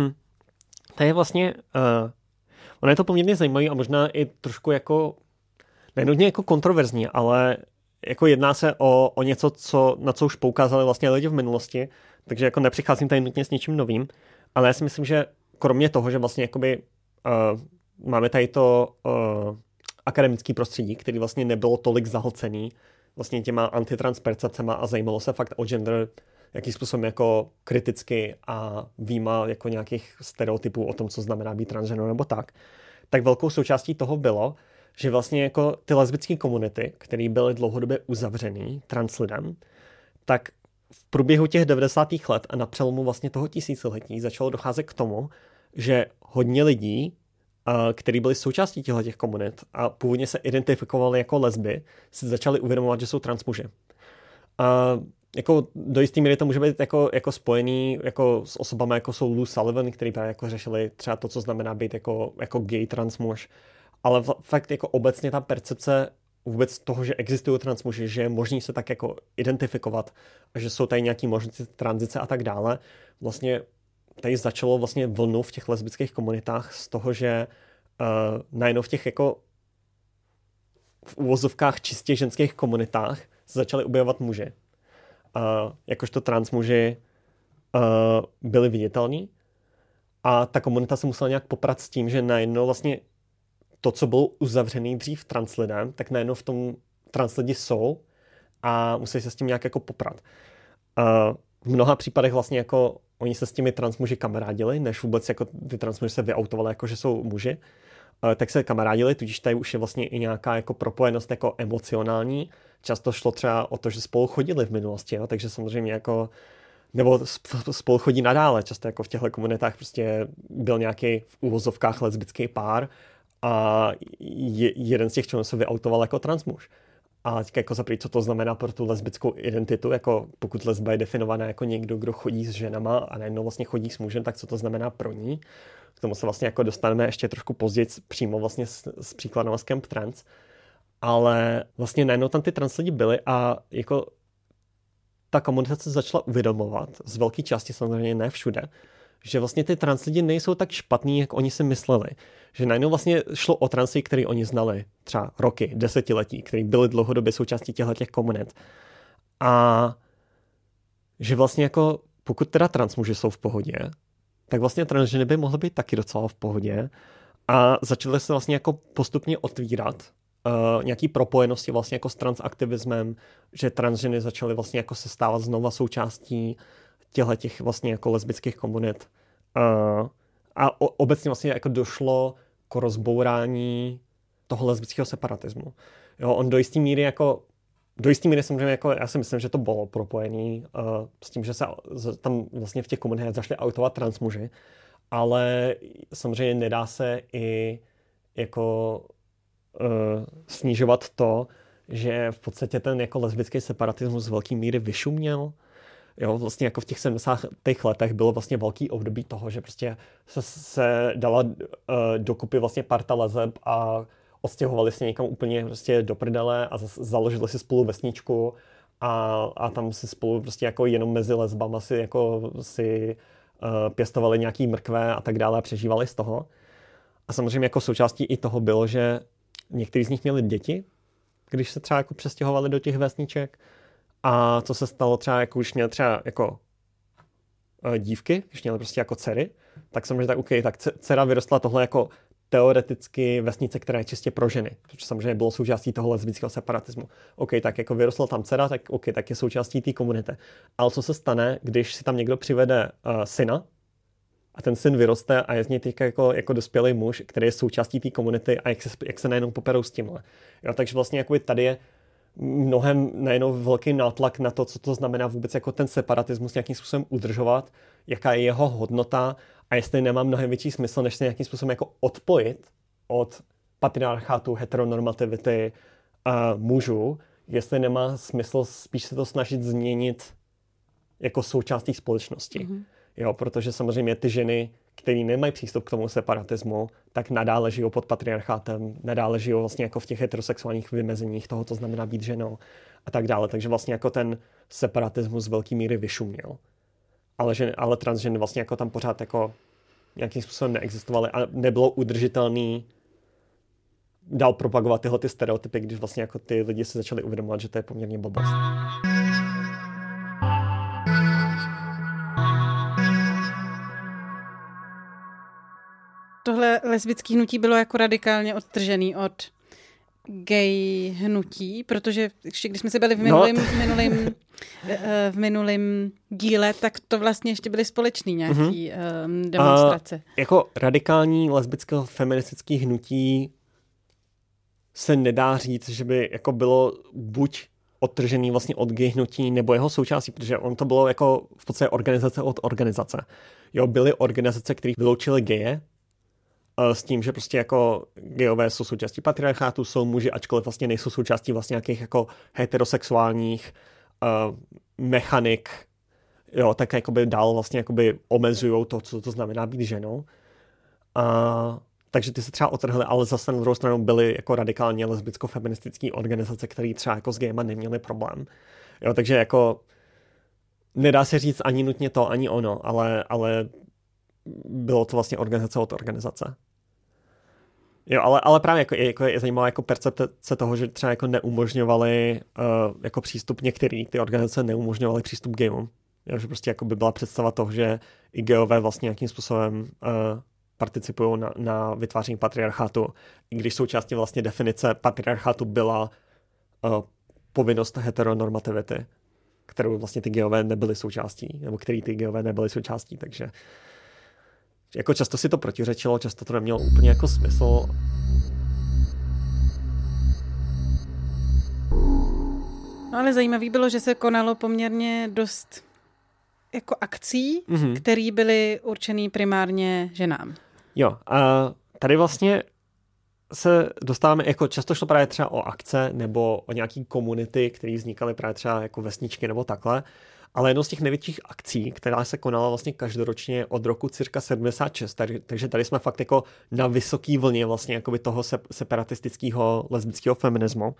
To je vlastně, ono je to poměrně zajímavé a možná i trošku jako, nenudně jako kontroverzní, ale jako jedná se o něco, na co už poukázali vlastně lidi v minulosti, takže jako nepřicházím tady nutně s něčím novým, ale já si myslím, že kromě toho, že vlastně jakoby máme tady to akademický prostředí, který vlastně nebylo tolik zahlcený vlastně těma antitrans percepcema a zajímalo se fakt o gender jakým způsobem jako kriticky a výjima jako nějakých stereotypů o tom, co znamená být transgender nebo tak velkou součástí toho bylo, že vlastně jako ty lesbické komunity, které byly dlouhodobě uzavřený trans lidem, tak v průběhu těch 90. let a na přelomu vlastně toho tisíciletí začalo docházet k tomu, že hodně lidí, kteří byli součástí těch komunit a původně se identifikovali jako lesby, si začali uvědomovat, že jsou transmuži. Jako do jistý míry to může být jako spojený jako s osobami, jako jsou Lou Sullivan, který právě jako řešili třeba to, co znamená být jako gay transmuž. Ale fakt jako obecně ta percepce vůbec toho, že existují transmuži, že je možný se tak jako identifikovat a že jsou tady nějaký možnosti tranzice a tak dále, vlastně tady začalo vlastně vlnu v těch lesbických komunitách z toho, že najednou v těch jako v uvozovkách čistě ženských komunitách se začaly objevovat muži. Jakožto transmuži byli viditelní a ta komunita se musela nějak poprat s tím, že najednou vlastně to, co bylo uzavřený dřív trans lidem, tak najednou v tom trans lidi jsou a musí se s tím nějak jako poprat. V mnoha případech vlastně jako oni se s těmi transmuži kamarádili, než vůbec jako ty transmuži se vyautovali, jako že jsou muži, tak se kamarádili, tudíž tady už je vlastně i nějaká jako propojenost jako emocionální. Často šlo třeba o to, že spolu chodili v minulosti, jo? Takže samozřejmě jako nebo spolu chodí nadále. Často jako v těchto komunitách prostě byl nějaký v uvozovkách lesbický pár a jeden z těch členů se vyautoval jako transmuž. A teď jako zaprý, co to znamená pro tu lesbickou identitu, jako pokud lesba je definovaná jako někdo, kdo chodí s ženama a najednou vlastně chodí s mužem, tak co to znamená pro ní. K tomu se vlastně jako dostaneme ještě trošku později přímo vlastně s příkladem z Camp Trans. Ale vlastně najednou tam ty trans lidi byli a jako ta komunita se začala uvědomovat, z velké části samozřejmě ne všude, že vlastně ty trans lidi nejsou tak špatný, jak oni si mysleli. Že najednou vlastně šlo o transy, který oni znali třeba roky, desetiletí, který byli dlouhodobě součástí těch komunit. A že vlastně jako pokud teda transmuži jsou v pohodě, tak vlastně transženy by mohly být taky docela v pohodě a začaly se vlastně jako postupně otvírat nějaký propojenosti vlastně jako s transaktivismem, že transženy začaly vlastně jako se stávat znova součástí těch vlastně jako lesbických komunit. A obecně vlastně jako došlo k rozbourání toho lesbického separatismu. Jo, on do jistý míry samozřejmě jako, já si myslím, že to bylo propojený s tím, že se tam vlastně v těch komunitách zašli autovat transmuži, ale samozřejmě nedá se i jako snižovat to, že v podstatě ten jako lesbický separatismus z velké míry vyšuměl. Jo, vlastně jako v těch 70. letech bylo vlastně velký období toho, že prostě se dala dokupy vlastně parta leseb a odstěhovali se někam úplně prostě do prdele a založili si spolu vesničku a tam si spolu prostě jako jenom mezi lesbama si pěstovali nějaký mrkve a tak dále a přežívali z toho. A samozřejmě jako součástí i toho bylo, že někteří z nich měli děti, když se třeba jako přestěhovali do těch vesniček. A co se stalo třeba, jako už měli třeba jako dívky, když měli prostě jako dcery, tak samozřejmě tak dcera vyrostla tohle jako teoreticky vesnice, která je čistě pro ženy, což samozřejmě bylo součástí toho lesbického separatismu. OK, tak jako vyrostla tam dcera, tak OK, tak je součástí té komunity. Ale co se stane, když si tam někdo přivede syna a ten syn vyroste a je z něj teď jako dospělý muž, který je součástí té komunity a jak se najednou poperou s tímhle. Jo, takže vlastně jako tady je mnohem najednou velký nátlak na to, co to znamená vůbec jako ten separatismus nějakým způsobem udržovat, jaká je jeho hodnota a jestli nemá mnohem větší smysl, než se nějakým způsobem jako odpojit od patriarchátu, heteronormativity mužů, jestli nemá smysl spíš se to snažit změnit jako součástí společnosti. Mm-hmm. Jo, protože samozřejmě ty ženy, který nemají přístup k tomu separatismu, tak nadále žijou pod patriarchátem, nadále žijou vlastně jako v těch heterosexuálních vymezeních toho, to znamená být ženou a tak dále. Takže vlastně jako ten separatismus z velké míry vyšuměl. Ale transženy vlastně jako tam pořád jako nějakým způsobem neexistovaly a nebylo udržitelný dál propagovat tyhle ty stereotypy, když vlastně jako ty lidi se začali uvědomovat, že to je poměrně blbost. Tohle lesbické hnutí bylo jako radikálně odtržený od gay hnutí, protože ještě když jsme se byli v minulém díle, tak to vlastně ještě byly společný nějaký demonstrace. Jako radikální lesbického feministické hnutí se nedá říct, že by jako bylo buď odtržený vlastně od gay hnutí nebo jeho součástí, protože on to bylo jako v podstatě organizace od organizace. Jo, byly organizace, které vyloučily geje, s tím, že prostě jako gejové jsou součástí patriarchátu, jsou muži, ačkoliv vlastně nejsou součástí vlastně nějakých jako heterosexuálních mechanik, jo, tak jakoby dál vlastně jakoby omezujou to, co to znamená být ženou. Takže ty se třeba otrhly, ale zase na druhou stranu byly jako radikálně lesbicko-feministické organizace, které třeba jako s gejma neměly problém. Jo, takže jako nedá se říct ani nutně to, ani ono, ale bylo to vlastně organizace od organizace. Jo, ale právě jako je zajímavá jako percepce toho, že třeba jako neumožňovali jako přístup některý, ty organizace neumožňovaly přístup gayům. Jo, že prostě jako by byla představa toho, že i gayové vlastně nějakým způsobem participují na vytváření patriarchátu, i když součástí vlastně definice patriarchátu byla povinnost heteronormativity, kterou vlastně ty gayové nebyly součástí, nebo který ty gayové nebyly součástí, takže jako často si to protiřečilo, často to nemělo úplně jako smysl. No ale zajímavý bylo, že se konalo poměrně dost jako akcí, které byly určený primárně ženám. Jo, a tady vlastně se dostáváme, jako často šlo právě třeba o akce nebo o nějaký komunity, které vznikaly právě třeba jako vesničky nebo takhle, ale jednou z těch největších akcí, která se konala vlastně každoročně od roku cirka 76, takže tady jsme fakt jako na vysoký vlně vlastně jakoby toho separatistického lesbického feminismu,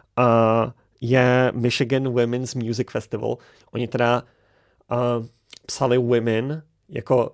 je Michigan Women's Music Festival. Oni teda psali women jako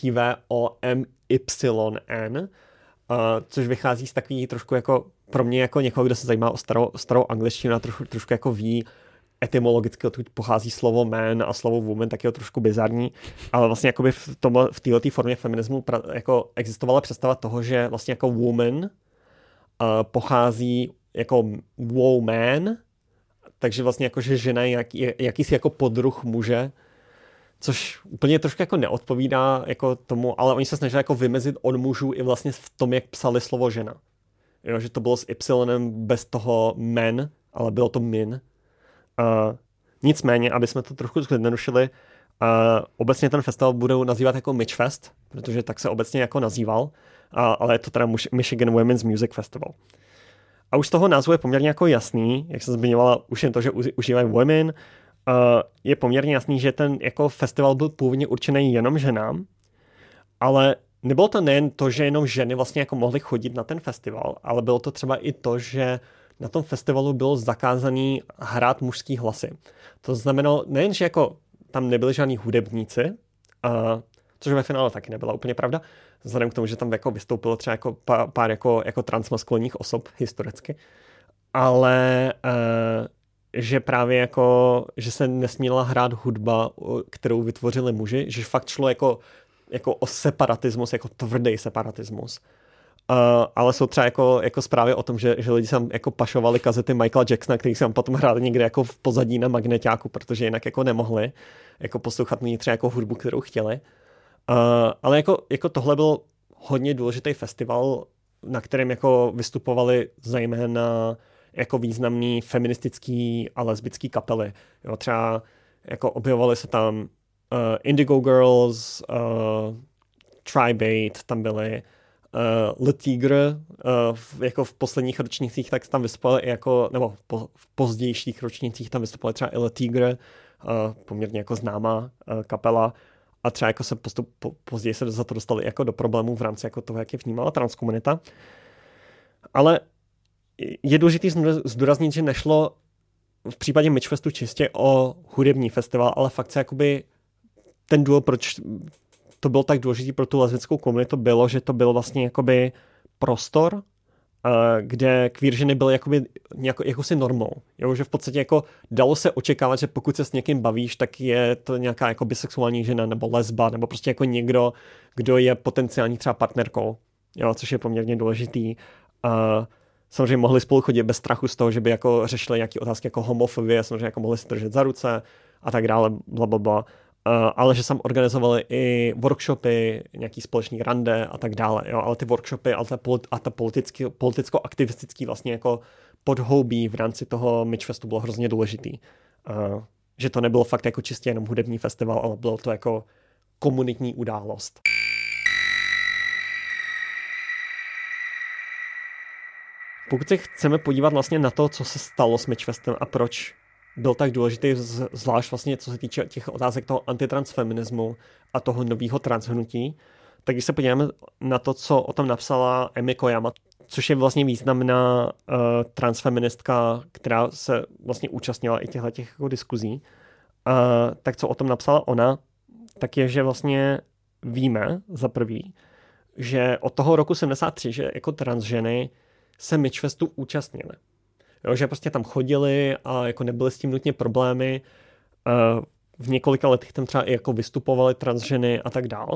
WOMYN, což vychází z takový trošku jako pro mě jako někoho, kdo se zajímá o starou angličtinu a trošku jako ví etymologicky, odkud pochází slovo man a slovo woman, tak je to trošku bizarní, ale vlastně jakoby v této formě feminismu jako existovala představa toho, že vlastně jako woman pochází jako woman, takže vlastně jako, že žena je jakýsi jako podruh muže, což úplně trošku jako neodpovídá jako tomu, ale oni se snažili jako vymezit od mužů i vlastně v tom, jak psali slovo žena. Jo, že to bylo s Y bez toho men, ale bylo to min. Nicméně, aby jsme to trochu zjednodušili, obecně ten festival budou nazývat jako Mitchfest, protože tak se obecně jako nazýval, ale je to teda Michigan Women's Music Festival. A už z toho názvu je poměrně jako jasný, jak jsem zmiňovala, už jen to, že užívají women, je poměrně jasný, že ten jako festival byl původně určený jenom ženám, ale nebylo to nejen to, že jenom ženy vlastně jako mohly chodit na ten festival, ale bylo to třeba i to, že na tom festivalu bylo zakázaný hrát mužský hlasy. To znamenalo nejen, že jako tam nebyli žádní hudebníci, což ve finále taky nebyla úplně pravda, vzhledem k tomu, že tam jako vystoupilo třeba jako pár jako transmaskulinních osob historicky, ale že právě jako, že se nesměla hrát hudba, kterou vytvořili muži, že fakt šlo jako o separatismus, jako tvrdý separatismus. ale jsou třeba jako zprávy o tom, že lidi tam jako pašovali kazety Michaela Jacksona, který se tam potom hráli někde jako v pozadí na magneťáku, protože jinak jako nemohli jako poslouchat třeba jako hudbu, kterou chtěli. Ale jako tohle byl hodně důležitý festival, na kterém jako vystupovali zejména jako významný feministický a lesbický kapely. Jo, třeba jako objevovaly se tam Indigo Girls, Tri-Bait, tam byly Le Tigre, jako v posledních ročnících, tak tam vystupovali i jako, nebo v pozdějších ročnících tam vystupovali třeba i Le Tigre, poměrně jako známá kapela, a třeba jako se později se za to dostali jako do problémů v rámci jako toho, jak je vnímala transkomunita. Ale je důležité zdůraznit, že nešlo v případě Mitchfestu čistě o hudební festival, ale fakt se jakoby ten důvod, proč to bylo tak důležitý pro tu lesbickou komunitu, bylo, že to byl vlastně jakoby prostor, kde queer ženy byly jakoby jakousi normou. Jo? Že v podstatě jako dalo se očekávat, že pokud se s někým bavíš, tak je to nějaká jako bisexuální žena nebo lesba, nebo prostě jako někdo, kdo je potenciální třeba partnerkou, jo? Což je poměrně důležitý. Samozřejmě mohli spolu chodit bez strachu z toho, že by jako řešili nějaké otázky jako homofobie, samozřejmě jako mohli se držet za ruce a tak dále, blablabla. Ale že sam organizovali i workshopy, nějaký společný rande a tak dále. Jo? Ale ty workshopy a ta politicko-aktivistický vlastně jako podhoubí v rámci toho Mitchfestu bylo hrozně důležitý. Že to nebylo fakt jako čistě jenom hudební festival, ale bylo to jako komunitní událost. Pokud se chceme podívat vlastně na to, co se stalo s Mitchfestem a proč byl tak důležitý, zvlášť vlastně co se týče těch otázek toho antitransfeminismu a toho nového transhnutí, tak když se podíváme na to, co o tom napsala Amy Koyama, což je vlastně významná transfeministka, která se vlastně účastnila i těchto jako diskuzí, tak co o tom napsala ona, tak je, že vlastně víme za prvý, že od toho roku 73, že jako transženy se Mitchfestu účastnili. Jo, že prostě tam chodili a jako nebyly s tím nutně problémy. V několika letech tam třeba i jako vystupovaly transženy a tak dál.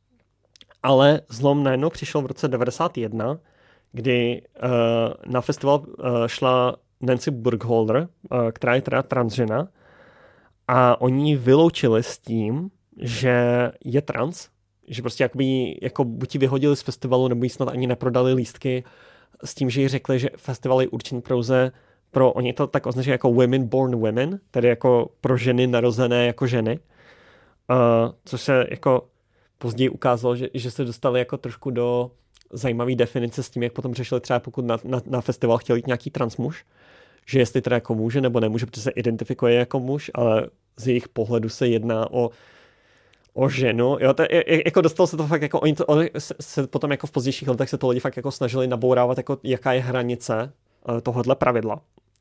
Ale zlom najednou přišel v roce 91, kdy na festival šla Nancy Burkholder, která je teda transžena, a oni ji vyloučili s tím, že je trans, že prostě jakoby, jako buď ji vyhodili z festivalu, nebo jí snad ani neprodali lístky, s tím, že jí řekli, že festival je určen pouze pro, oni to tak označují jako women born women, tedy jako pro ženy narozené jako ženy, což se jako později ukázalo, že se dostali jako trošku do zajímavé definice s tím, jak potom řešili třeba pokud na festival chtěli jít nějaký transmuž, že jestli teda jako může nebo nemůže, protože se identifikuje jako muž, ale z jejich pohledu se jedná o ženu. Jo, jako dostalo se to fakt jako, oni se potom jako v pozdějších letech se to lidi fakt jako snažili nabourávat, jako jaká je hranice tohohle pravidla.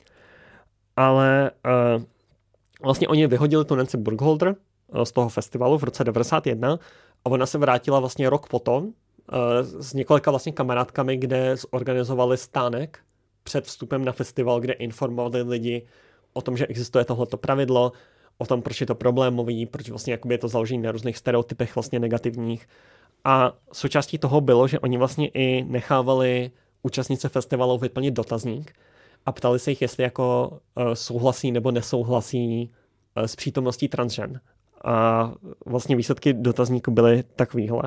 Ale vlastně oni vyhodili tu Nancy Burkholder z toho festivalu v roce 91 a ona se vrátila vlastně rok potom s několika vlastně kamarádkami, kde zorganizovali stánek před vstupem na festival, kde informovali lidi o tom, že existuje tohleto pravidlo, o tom, proč je to problémový, proč vlastně je to založené na různých stereotypech vlastně negativních. A součástí toho bylo, že oni vlastně i nechávali účastnice festivalu vyplnit dotazník a ptali se jich, jestli jako souhlasí nebo nesouhlasí s přítomností transžen. A vlastně výsledky dotazníku byly takovýhle.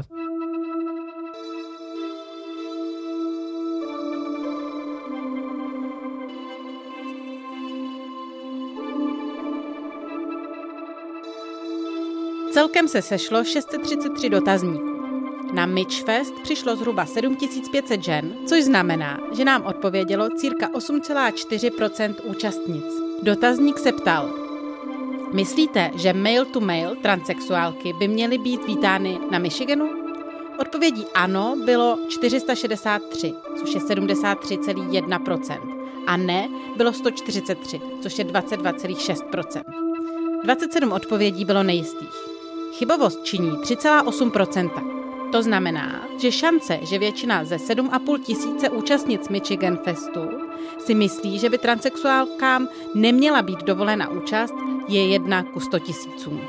Celkem se sešlo 633 dotazníků. Na Mitchfest přišlo zhruba 7500 žen, což znamená, že nám odpovědělo cirka 8,4% účastnic. Dotazník se ptal: myslíte, že male-to-male transsexuálky by měly být vítány na Michiganu? Odpovědí ano bylo 463, což je 73,1%. A ne bylo 143, což je 22,6%. 27 odpovědí bylo nejistých. Chybovost činí 3,8%. To znamená, že šance, že většina ze 7,5 tisíce účastnic Michigan Festu si myslí, že by transsexuálkám neměla být dovolena účast, je 1 ku 100 tisícům.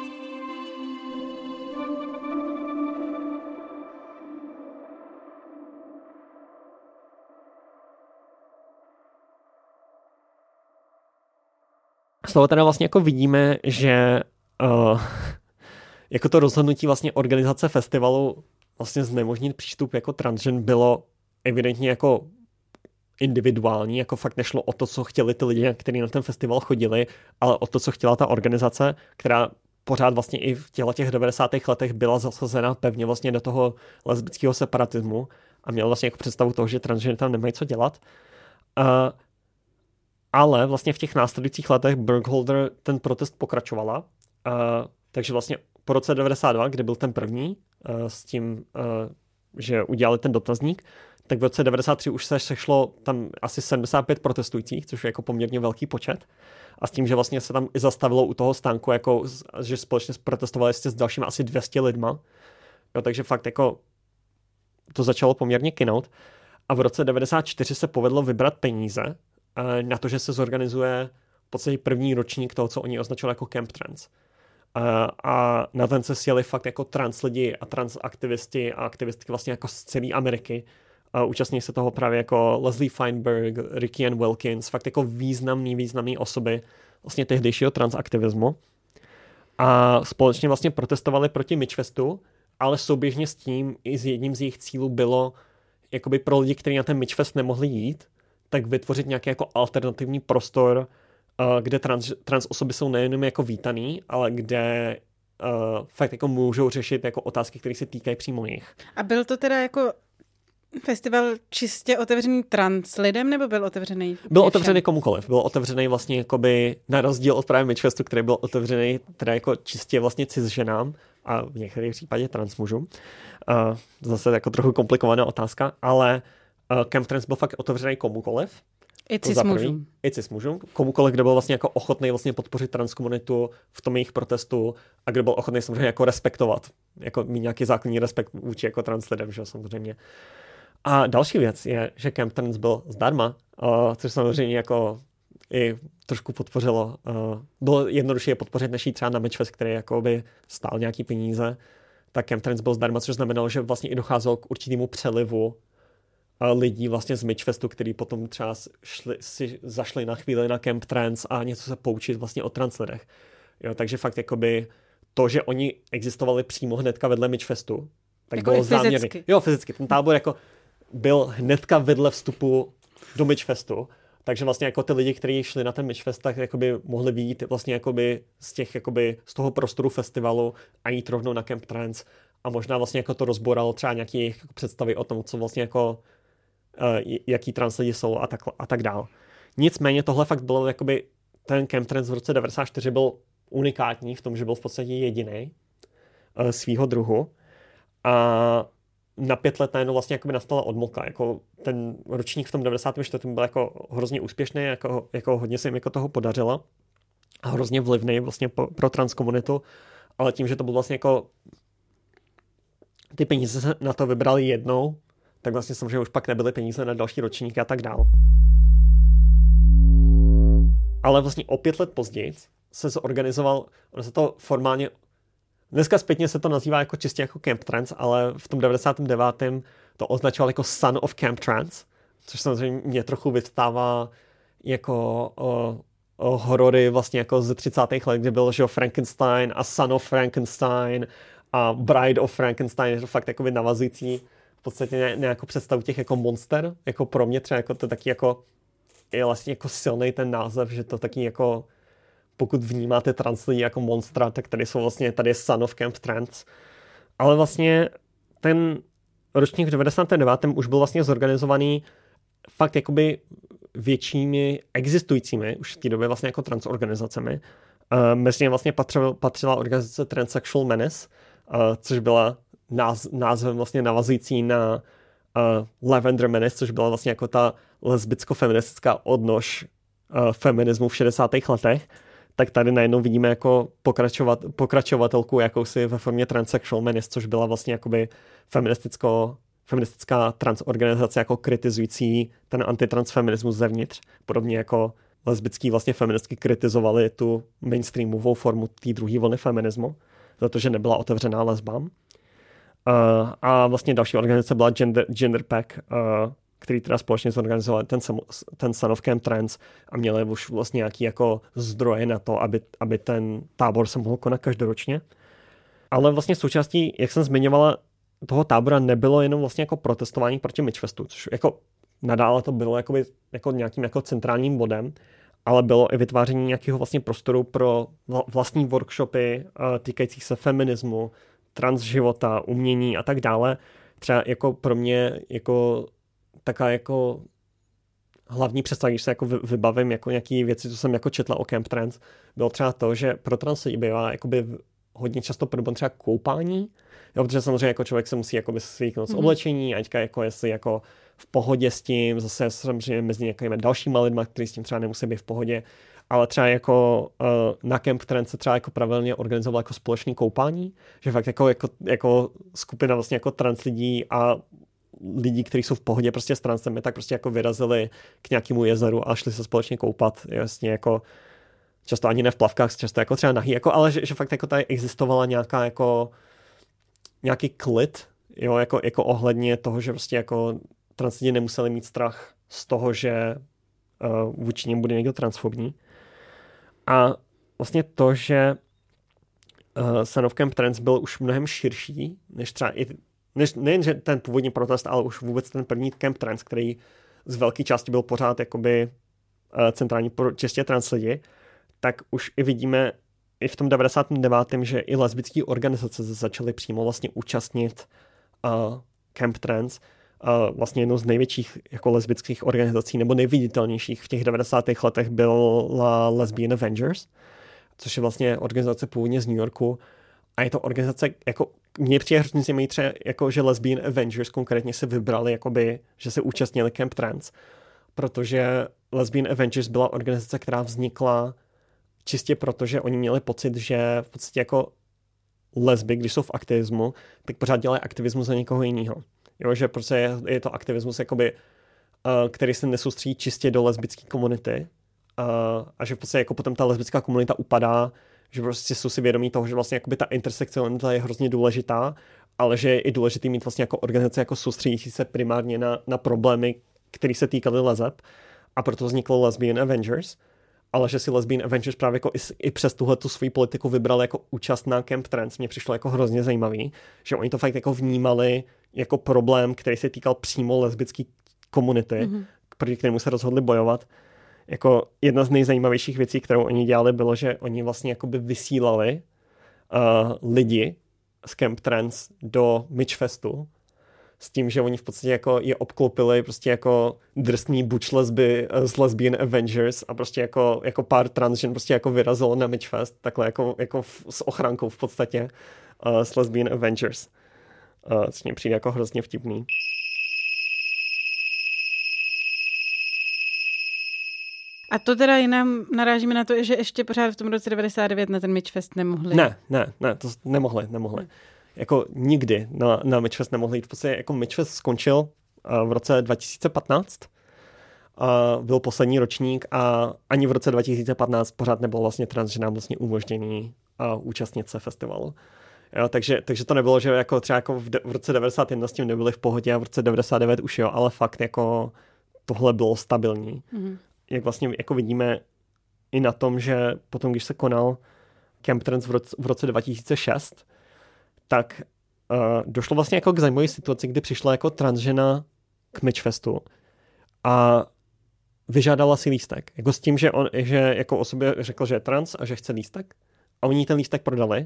z toho teda vlastně jako vidíme, že jako to rozhodnutí vlastně organizace festivalu vlastně znemožnit přístup jako transžen bylo evidentně jako individuální, jako fakt nešlo o to, co chtěli ty lidi, kteří na ten festival chodili, ale o to, co chtěla ta organizace, která pořád vlastně i v těch 90. letech byla zasazena pevně vlastně do toho lesbického separatismu a měla vlastně jako představu toho, že transženy tam nemají co dělat. Ale vlastně v těch následujících letech Burkholder ten protest pokračovala. Takže vlastně po roce 92, kdy byl ten první s tím, že udělali ten dotazník, tak v roce 93 už se sešlo tam asi 75 protestujících, což je jako poměrně velký počet. A s tím, že vlastně se tam i zastavilo u toho stánku, jako, že společně protestovali s dalšími asi 200 lidma. Jo, takže fakt jako to začalo poměrně kynout. A v roce 94 se povedlo vybrat peníze na to, že se zorganizuje v podstatě první ročník toho, co oni označovali jako Camp Trans. A na ten se sjeli fakt jako trans lidi a trans aktivisti a aktivistky vlastně jako z celé Ameriky. Účastní se toho právě jako Leslie Feinberg, Ricky Ann Wilkins, fakt jako významný osoby vlastně tehdejšího transaktivismu. A společně vlastně protestovali proti Mitchfestu, ale souběžně s tím i s jedním z jejich cílů bylo jakoby pro lidi, kteří na ten Mitchfest nemohli jít, tak vytvořit nějaký jako alternativní prostor, kde trans osoby jsou nejenom jako vítaný, ale kde fakt jako můžou řešit jako otázky, které se týkají přímo jich. A byl to teda jako festival čistě otevřený trans lidem, nebo byl otevřený? Byl otevřený komukoliv. Byl otevřený vlastně jakoby na rozdíl od právě Mitchfestu, který byl otevřený teda jako čistě vlastně cisženám a v některých případě trans mužům. Zase jako trochu komplikovaná otázka, ale Camp Trans byl fakt otevřený komukoliv. I cis mužům. I cis mužům. Komukoliv, kdo byl vlastně jako ochotný vlastně podpořit transkomunitu v tom jejich protestu a kdo byl ochotný samozřejmě jako respektovat, jako mít nějaký základní respekt vůči jako trans lidem, že samozřejmě. A další věc je, že Camp Trans byl zdarma, což samozřejmě jako i trošku podpořilo. Bylo jednodušší je podpořit, než jít třeba na Mitchfest, který jako by stál nějaký peníze. Tak Camp Trans byl zdarma, což znamenalo, že vlastně i docházelo k určitému přelivu lidí vlastně z Mitchfestu, který potom třeba zašli na chvíli na Camp Trans a něco se poučit vlastně o trans lidech. Jo, takže fakt jakoby to, že oni existovali přímo hnedka vedle Mitchfestu, tak jako bylo záměrný. Fyzicky. Jo, fyzicky. Ten tábor jako byl hnedka vedle vstupu do Mitchfestu, takže vlastně jako ty lidi, kteří šli na ten Mitchfest, tak jakoby mohli vyjít vlastně jakoby z toho prostoru festivalu a jít rovnou na Camp Trans a možná vlastně jako to rozboralo třeba nějaké jako představy o tom, co vlastně jako jaký trans lidi jsou a tak dál. Nicméně tohle fakt bylo jakoby ten Camp Trans v roce 94 byl unikátní v tom, že byl v podstatě jediný svýho druhu a na 5 let najednou vlastně jakoby nastala odmlka. Jako ten ročník v tom 94. byl jako hrozně úspěšný, jako hodně se jim jako toho podařilo a hrozně vlivný vlastně pro transkomunitu, ale tím, že to byl vlastně jako ty peníze se na to vybrali jednou, tak vlastně samozřejmě už pak nebyly peníze na další ročníky a tak dál. Ale vlastně o 5 let později se zorganizoval, ono se to formálně, dneska zpětně se to nazývá jako čistě jako Camp Trans, ale v tom 99. to označoval jako Son of Camp Trans, což samozřejmě mě trochu vyvstává jako horory vlastně jako ze 30. let, kdy byl že Frankenstein a Son of Frankenstein a Bride of Frankenstein, je to fakt jakoby navazující v podstatě nějakou představu těch jako monster, jako pro mě třeba jako to taky jako je vlastně jako silný ten název, že to taky jako pokud vnímáte trans lidi jako monstra, tak tady je Son of Camp Trans. Ale vlastně ten ročník v 99. už byl vlastně zorganizovaný fakt jakoby většími existujícími už v té době vlastně jako transorganizacemi. Mezi ně vlastně patřila organizace Transsexual Menace, což byla názvem vlastně navazující na Lavender Menace, což byla vlastně jako ta lesbicko-feministická odnož feminismu v 60. letech, tak tady najednou vidíme jako pokračovatelku jakousi ve formě Transsexual Menace, což byla vlastně jakoby feministická transorganizace jako kritizující ten antitransfeminismus zevnitř, podobně jako lesbický vlastně feministky kritizovali tu mainstreamovou formu té druhé vlny feminismu, za to, že nebyla otevřená lesbám. A vlastně další organizace byla Gender Pact, který teda společně zorganizovali ten Son of Camp Trans a měli už vlastně nějaký jako zdroje na to, aby ten tábor se mohl konat každoročně. Ale vlastně součástí, jak jsem zmiňovala, toho tábora nebylo jenom vlastně jako protestování proti Mitchfestu, což jako nadále to bylo jakoby, jako nějakým jako centrálním bodem, ale bylo i vytváření nějakého vlastně prostoru pro vlastní workshopy týkající se feminismu, transživota, umění a tak dále. Třeba jako pro mě jako taká jako hlavní představa, když se jako vybavím jako nějaký věci, co jsem jako četla o Camp Trans, bylo třeba to, že pro trans lidi bývá jakoby hodně často problém třeba koupání, jo, protože samozřejmě jako člověk se musí jakoby svýknout z oblečení, aťka jako jestli jako v pohodě s tím, zase samozřejmě mezi nějakými dalšíma lidma, kteří s tím třeba nemusí být v pohodě, ale třeba jako na Camp Trans se třeba jako pravidelně organizoval jako společný koupání, že fakt jako skupina vlastně jako trans lidí a lidí, kteří jsou v pohodě prostě s transem, tak prostě jako vyrazili k nějakému jezeru a šli se společně koupat, jasně jako často ani ne v plavkách, často jako třeba nahý, jako, ale že fakt jako tady existovala nějaká jako nějaký klid, jo, jako ohledně toho, že prostě jako trans lidi nemuseli mít strach z toho, že vůči nim bude někdo transfobní. A vlastně to, že Son of Camp Trans byl už mnohem širší, než třeba nejen, že ten původní protest, ale už vůbec ten první Camp Trans, který z velké části byl pořád jakoby centrální pro čistě trans lidi, tak už i vidíme i v tom 99., že i lesbické organizace začaly přímo vlastně účastnit Camp Trans. Vlastně jednou z největších jako lesbických organizací nebo nejviditelnějších v těch 90. letech byla Lesbian Avengers, což je vlastně organizace původně z New Yorku. A je to organizace, jako mně přijde hrozně zajímavý třeba, jako že Lesbian Avengers konkrétně se vybrali, jakoby, že se účastnili Camp Trans, protože Lesbian Avengers byla organizace, která vznikla čistě proto, že oni měli pocit, že v podstatě jako lesby, když jsou v aktivismu, tak pořád dělají aktivismus za někoho jiného. Jo, že prostě je to aktivismus, jakoby, který se nesoustředí čistě do lesbické komunity a že v podstatě jako potom ta lesbická komunita upadá, že prostě jsou si vědomí toho, že vlastně jakoby ta intersekcionalita je hrozně důležitá, ale že je i důležitý mít vlastně jako organizace jako soustředící se primárně na problémy, které se týkaly leseb, a proto vzniklo Lesbian Avengers, ale že si Lesbian Avengers právě jako i přes tuhletu svou politiku vybrali jako účast na Camp Trans, mně přišlo jako hrozně zajímavý, že oni to fakt jako vnímali jako problém, který se týkal přímo lesbické komunity, proti kterému se rozhodli bojovat. Jako jedna z nejzajímavějších věcí, kterou oni dělali, bylo, že oni vlastně jakoby vysílali lidi z Camp Trans do Mitchfestu s tím, že oni v podstatě jako je obklopili prostě jako drsný butch lesby z Lesbian Avengers a prostě jako pár transžen prostě jako vyrazilo na Mitchfest, takhle jako s ochrankou v podstatě s Lesbian Avengers. Což mě přijde jako hrozně vtipný. A to teda jinam narážíme na to, že ještě pořád v tom roce 99 na ten Mitchfest nemohli. Ne, to nemohli. Jako nikdy na Mitchfest nemohli jít. V podstatě jako Mitchfest skončil v roce 2015. Byl poslední ročník a ani v roce 2015 pořád nebylo vlastně transženám vlastně umožněný účastnit se festivalu. Jo, takže to nebylo, že jako třeba jako v roce 91 s tím nebyli v pohodě a v roce 99 už jo, ale fakt jako tohle bylo stabilní. Jak vlastně jako vidíme i na tom, že potom, když se konal Camp Trans v roce 2006, tak došlo vlastně jako k zajímavé situaci, kdy přišla jako transžena k Mitchfestu a vyžádala si lístek. Jako s tím, že jako o sobě řekl, že je trans a že chce lístek. A oni ten lístek prodali.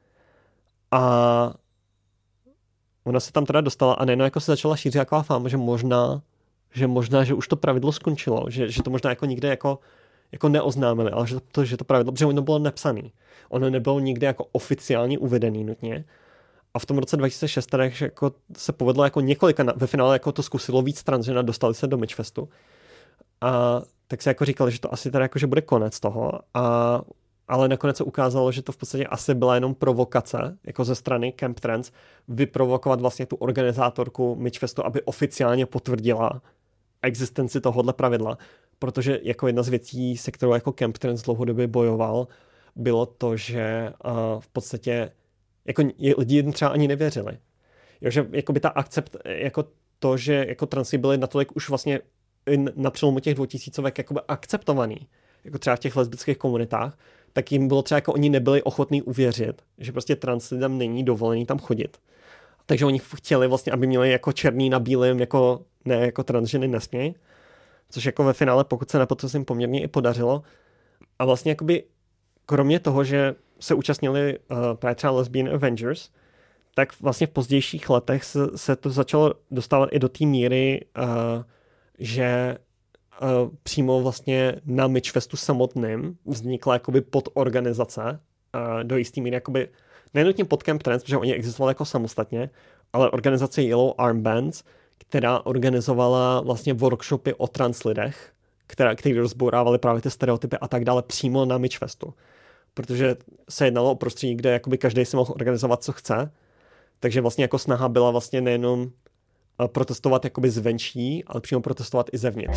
A ona se tam teda dostala a nejenom jako se začala šířit taková fáma, že možná, že už to pravidlo skončilo, že to možná jako nikde jako neoznámili, ale že to pravidlo, protože ono bylo nepsaný. Ono nebylo nikde jako oficiálně uvedený nutně. A v tom roce 2006 teda jako se povedlo jako ve finále jako to zkusilo víc transžen a dostali se do Mitchfestu. A tak se jako říkali, že to asi teda jako, že bude konec toho. Ale nakonec se ukázalo, že to v podstatě asi byla jenom provokace, jako ze strany Camp Trans, vyprovokovat vlastně tu organizátorku Mitchfestu, aby oficiálně potvrdila existenci tohohle pravidla. Protože jako jedna z věcí, se kterou jako Camp Trans dlouhodobě bojoval, bylo to, že v podstatě jako lidi třeba ani nevěřili. Jo, že jako by ta akcept, jako to, že jako transy byly natolik už vlastně na přelomu těch 2000 jakoby akceptovaný, jako třeba v těch lesbických komunitách, tak jim bylo třeba jako oni nebyli ochotní uvěřit, že prostě trans lidem není dovolený tam chodit. Takže oni chtěli vlastně, aby měli jako černý na bílém, jako ne jako trans ženy nesmějí, což jako ve finále, pokud se nepotřebuje, se jim poměrně i podařilo. A vlastně jakoby kromě toho, že se účastnili právě třeba Lesbian Avengers, tak vlastně v pozdějších letech se to začalo dostávat i do té míry, že přímo vlastně na Mitchfestu samotným vznikla jakoby podorganizace do jistý míry, jakoby nenutně pod Camp Trans, protože oni existovali jako samostatně, ale organizace Yellow Armbands, která organizovala vlastně workshopy o trans lidech, který rozbourávali právě ty stereotypy a tak dále přímo na Mitchfestu. Protože se jednalo o prostředí, kde jakoby každý si mohl organizovat, co chce. Takže vlastně jako snaha byla vlastně nejenom protestovat jakoby zvenčí, ale přímo protestovat i zevnitř.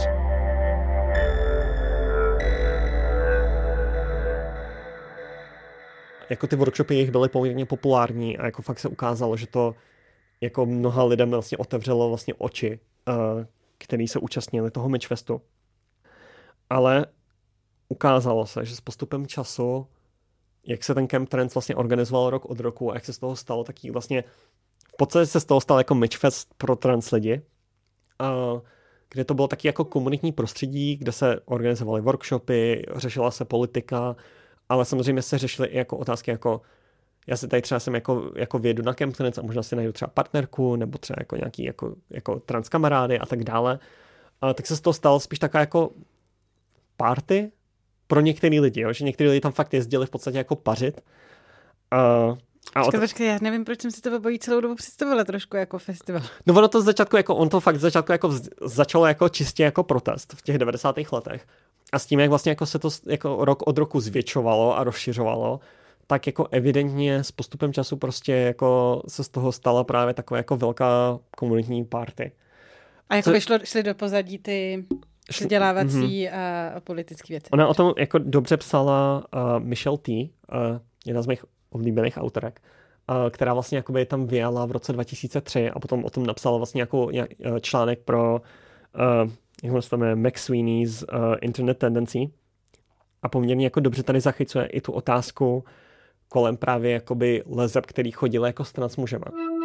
Jako ty workshopy jich byly poměrně populární a jako fakt se ukázalo, že to jako mnoha lidem vlastně otevřelo vlastně oči, který se účastnili toho Mitchfestu. Ale ukázalo se, že s postupem času, jak se ten Camp Trans vlastně organizoval rok od roku a jak se z toho stalo taky vlastně, v podstatě se z toho stal jako Mitchfest pro trans lidi, kde to bylo taky jako komunitní prostředí, kde se organizovaly workshopy, řešila se politika, ale samozřejmě se řešily i jako otázky jako já si tady třeba jsem jako vědu na Camp Trans a možná si najdu třeba partnerku nebo třeba jako nějaký jako trans kamarády a tak dále. Tak se z toho stalo spíš taková jako party pro některý lidi, jo? Že některý lidi tam fakt jezdili v podstatě jako pařit. Počkej, já nevím, proč jsem si to bojí celou dobu představila trošku jako festival. No ono to začátku začalo jako čistě jako protest v těch 90. letech. A s tím, jak vlastně jako se to jako rok od roku zvětšovalo a rozšiřovalo, tak jako evidentně s postupem času prostě jako se z toho stala právě taková jako velká komunitní party. A jako šli do pozadí ty vzdělávací a politické věci. Ona o tom jako dobře psala Michelle T., jedna z mých oblíbených autorek, která vlastně jakoby tam vyjela v roce 2003 a potom o tom napsala vlastně jako článek pro jak se to jmenuje, McSweeney's Internet Tendency a poměrně jako dobře tady zachycuje i tu otázku kolem právě jakoby leseb, který chodili jako s transmužema.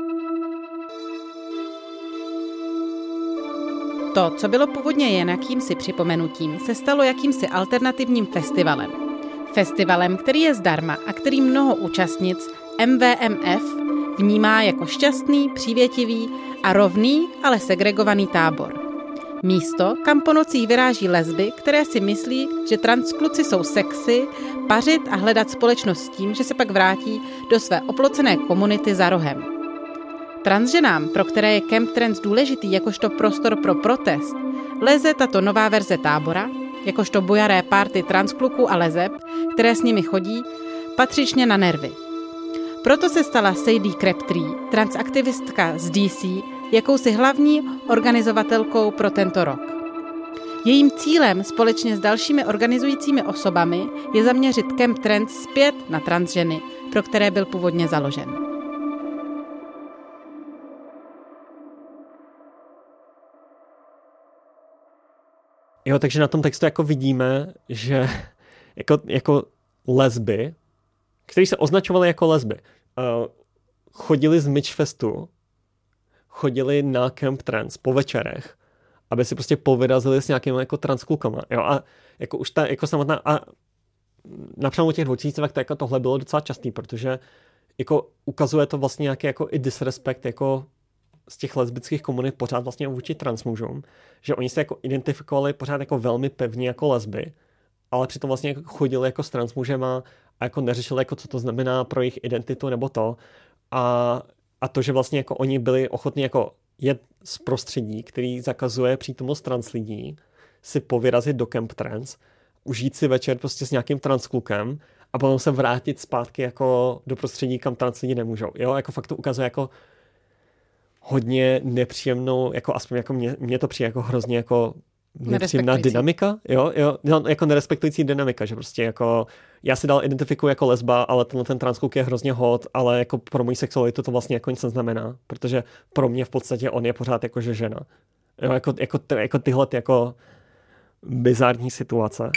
To, co bylo původně jen jakýmsi připomenutím, se stalo jakýmsi alternativním festivalem. Festivalem, který je zdarma a který mnoho účastnic MVMF vnímá jako šťastný, přívětivý a rovný, ale segregovaný tábor. Místo, kam po nocích vyráží lesby, které si myslí, že transkluci jsou sexy, pařit a hledat společnost tím, že se pak vrátí do své oplocené komunity za rohem. Transženám, pro které je Camp Trans důležitý jakožto prostor pro protest, leze tato nová verze tábora, jakožto bujaré party transkluků a leseb, které s nimi chodí, patřičně na nervy. Proto se stala Sadie Crabtree, transaktivistka z DC, jakousi hlavní organizovatelkou pro tento rok. Jejím cílem společně s dalšími organizujícími osobami je zaměřit Camp Trans zpět na transženy, pro které byl původně založen. Jo, takže na tom textu jako vidíme, že jako lesby, kteří se označovali jako lesby, chodili z Mitchfestu, chodili na Camp Trans po večerech, aby si prostě povyrazili s nějakými jako transklukama. Jo, a jako už ta jako samotná a na přelomu těch 2000 tak jako tohle bylo docela častý, protože jako ukazuje to vlastně nějaký jako i disrespekt jako z těch lesbických komunit pořád vlastně vůči transmužům, že oni se jako identifikovali pořád jako velmi pevně jako lesby, ale přitom vlastně jako chodili jako s transmužema a jako neřešili jako co to znamená pro jejich identitu nebo to. A to, že vlastně jako oni byli ochotní jako jet z prostředí, který zakazuje přítomnost trans lidí, si povyrazit do Camp Trans, užít si večer prostě s nějakým transklukem a potom se vrátit zpátky jako do prostředí, kam trans lidi nemůžou. Jo, jako fakt to ukazuje jako hodně nepříjemnou, jako aspoň jako mě to přijde jako hrozně jako nepříjemná dynamika, jo, no, jako nerespektující dynamika, že prostě jako já si dál identifikuji jako lesba, ale ten transkluk je hrozně hot, ale jako pro moji sexualitu to vlastně jako nic neznamená, protože pro mě v podstatě on je pořád jakože žena. Jo, jako tyhle jako bizarní situace.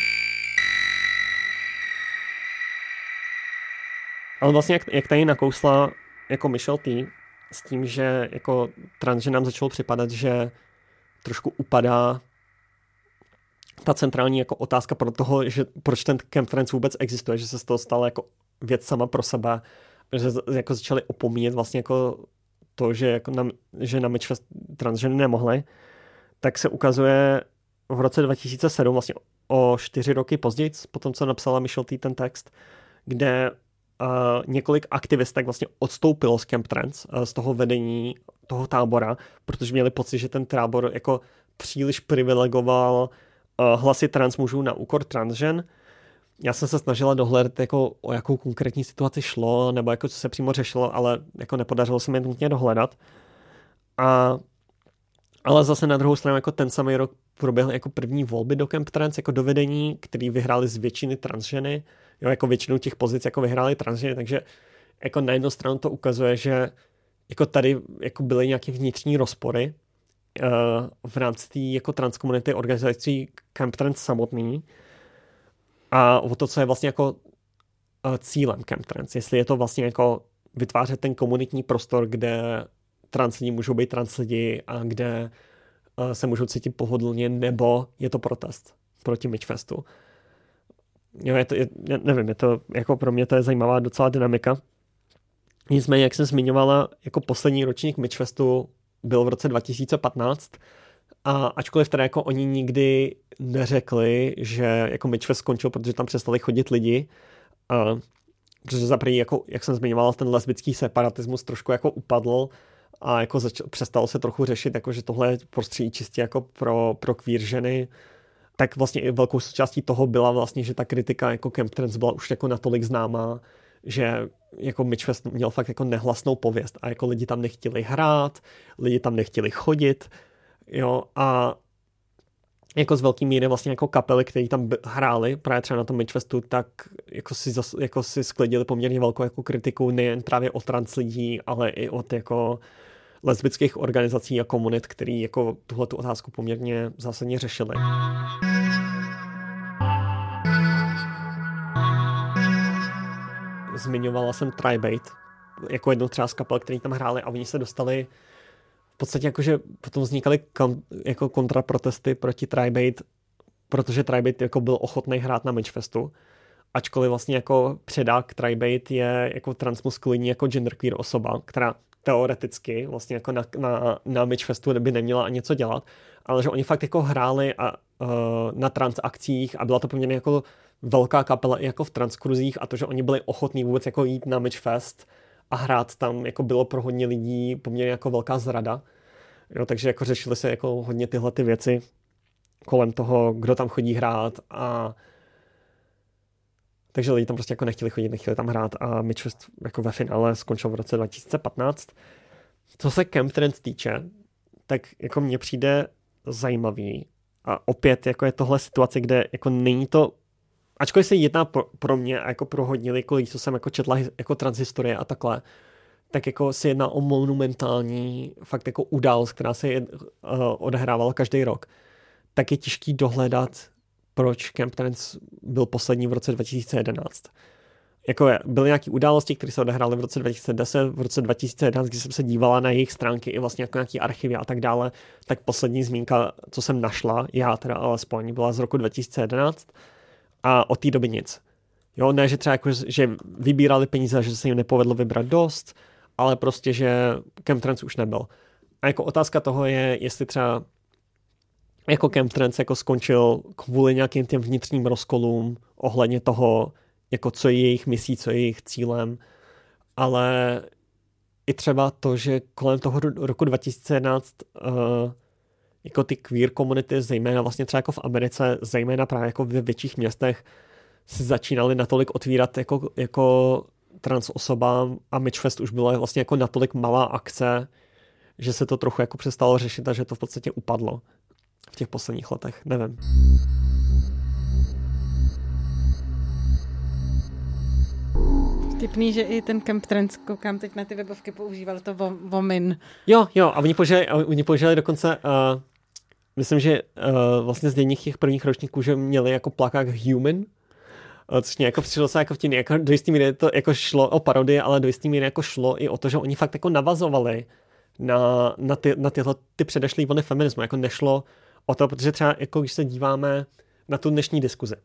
Ale vlastně jak tady nakousla jako Michelle T. s tím, že jako transženám začalo připadat, že trošku upadá ta centrální jako otázka pro toho, že proč ten Camp Trans vůbec existuje, že se z toho stala jako věc sama pro sebe, že jako začali opomíjet vlastně jako to, že jako že na Mitchfest transženy nemohly, tak se ukazuje v roce 2007, vlastně o 4 roky později, potom co napsala Michelle T. ten text, kde několik aktivistek vlastně odstoupilo z Camp Trans, z toho vedení toho tábora, protože měli pocit, že ten tábor jako příliš privilegoval hlasy trans mužů na úkor transžen. Já jsem se snažila dohledat, jako, o jakou konkrétní situaci šlo, nebo jako co se přímo řešilo, ale jako nepodařilo se mi nutně dohledat. Ale zase na druhou stranu jako ten samý rok proběhly jako první volby do Camp Trans, jako do vedení, který vyhráli z většiny transženy. Jo, jako většinu těch pozic jako vyhráli transženy, takže jako na jednu stranu to ukazuje, že jako tady jako byly nějaké vnitřní rozpory v rámci té jako transkomunity organizací Camp Trans samotný a o to, co je vlastně jako cílem Camp Trans. Jestli je to vlastně jako vytvářet ten komunitní prostor, kde trans lidi můžou být trans lidi a kde se můžou cítit pohodlně, nebo je to protest proti Mitchfestu. Jo, nevím, je to, jako pro mě to je zajímavá docela dynamika. Nicméně, jak jsem zmiňovala, jako poslední ročník Mitchfestu byl v roce 2015 a ačkoliv teda jako oni nikdy neřekli, že jako Mitchfest skončil, protože tam přestali chodit lidi, protože zaprvé, jako, jak jsem zmiňovala, ten lesbický separatismus trošku jako upadl a jako přestalo se trochu řešit, jako, že tohle je prostředí čistě jako pro queer ženy, tak vlastně i velkou součástí toho byla vlastně, že ta kritika jako Camp Trans byla už jako natolik známá, že jako Mitchfest měl fakt jako nehlasnou pověst a jako lidi tam nechtěli hrát, lidi tam nechtěli chodit, jo, a jako z velký míry vlastně jako kapely, které tam hráli právě třeba na tom Mitchfestu, tak jako si sklidili poměrně velkou jako kritiku nejen právě od trans lidí, ale i od jako lesbických organizací a komunit, který jako tuhletu otázku poměrně zásadně řešili. Zmiňovala jsem Tribate jako jednou třeba z kapel, který tam hráli a oni se dostali v podstatě jakože potom vznikaly jako kontraprotesty proti Tribate, protože Tribate jako byl ochotný hrát na Mitchfestu, ačkoliv vlastně jako předák Tribate je jako transmaskulinní jako genderqueer osoba, která teoreticky vlastně jako na Mitchfestu by neměla ani co dělat, ale že oni fakt jako hráli na transakcích a byla to poměrně jako velká kapela i jako v transkruzích a to, že oni byli ochotní vůbec jako jít na Mitchfest a hrát tam, jako bylo pro hodně lidí poměrně jako velká zrada. Jo, takže jako řešily se jako hodně tyhle ty věci kolem toho, kdo tam chodí hrát a takže lidi tam prostě jako nechtěli chodit, nechtěli tam hrát a Mitchfest jako ve finále skončil v roce 2015. Co se Camp Trans týče, tak jako mně přijde zajímavý a opět jako je tohle situace, kde jako není to, ačkoliv se jedná pro mě a jako pro hodně lidí, co jsem jako četla jako transhistorie a takhle, tak jako se jedná o monumentální fakt jako událost, která se odehrávala každý rok. Tak je těžký dohledat, proč Camp Trans byl poslední v roce 2011. Jako byly nějaké události, které se odehrály v roce 2010, v roce 2011, když jsem se dívala na jejich stránky i vlastně jako nějaké archivy a tak dále, tak poslední zmínka, co jsem našla, já teda alespoň, byla z roku 2011 a od té doby nic. Jo, ne, že třeba jako, že vybírali peníze, že se jim nepovedlo vybrat dost, ale prostě, že Camp Trans už nebyl. A jako otázka toho je, jestli třeba jako Camp Trans jako skončil kvůli nějakým těm vnitřním rozkolům ohledně toho, jako co je jejich misí, co je jejich cílem, ale i třeba to, že kolem toho roku 2011 jako ty queer komunity, zejména vlastně třeba jako v Americe, zejména právě jako ve větších městech, se začínaly natolik otvírat jako trans osobám a Mitchfest už byla vlastně jako natolik malá akce, že se to trochu jako přestalo řešit a že to v podstatě upadlo. v těch posledních letech, nevím. Typný, že i ten Camp Trends, koukám teď na ty webovky, používal to Womin. Jo, a oni použili dokonce, myslím, že vlastně z jedných těch prvních ročníků, že měli jako plakát Human, což mě jako přišlo se jako vtipný, jako do jistý míry to jako šlo o parodii, ale do jistý míry jako šlo i o to, že oni fakt jako navazovali na tyhle ty předešlý vlny feminismu, jako nešlo o to, protože třeba jako když se díváme na tu dnešní diskuzi,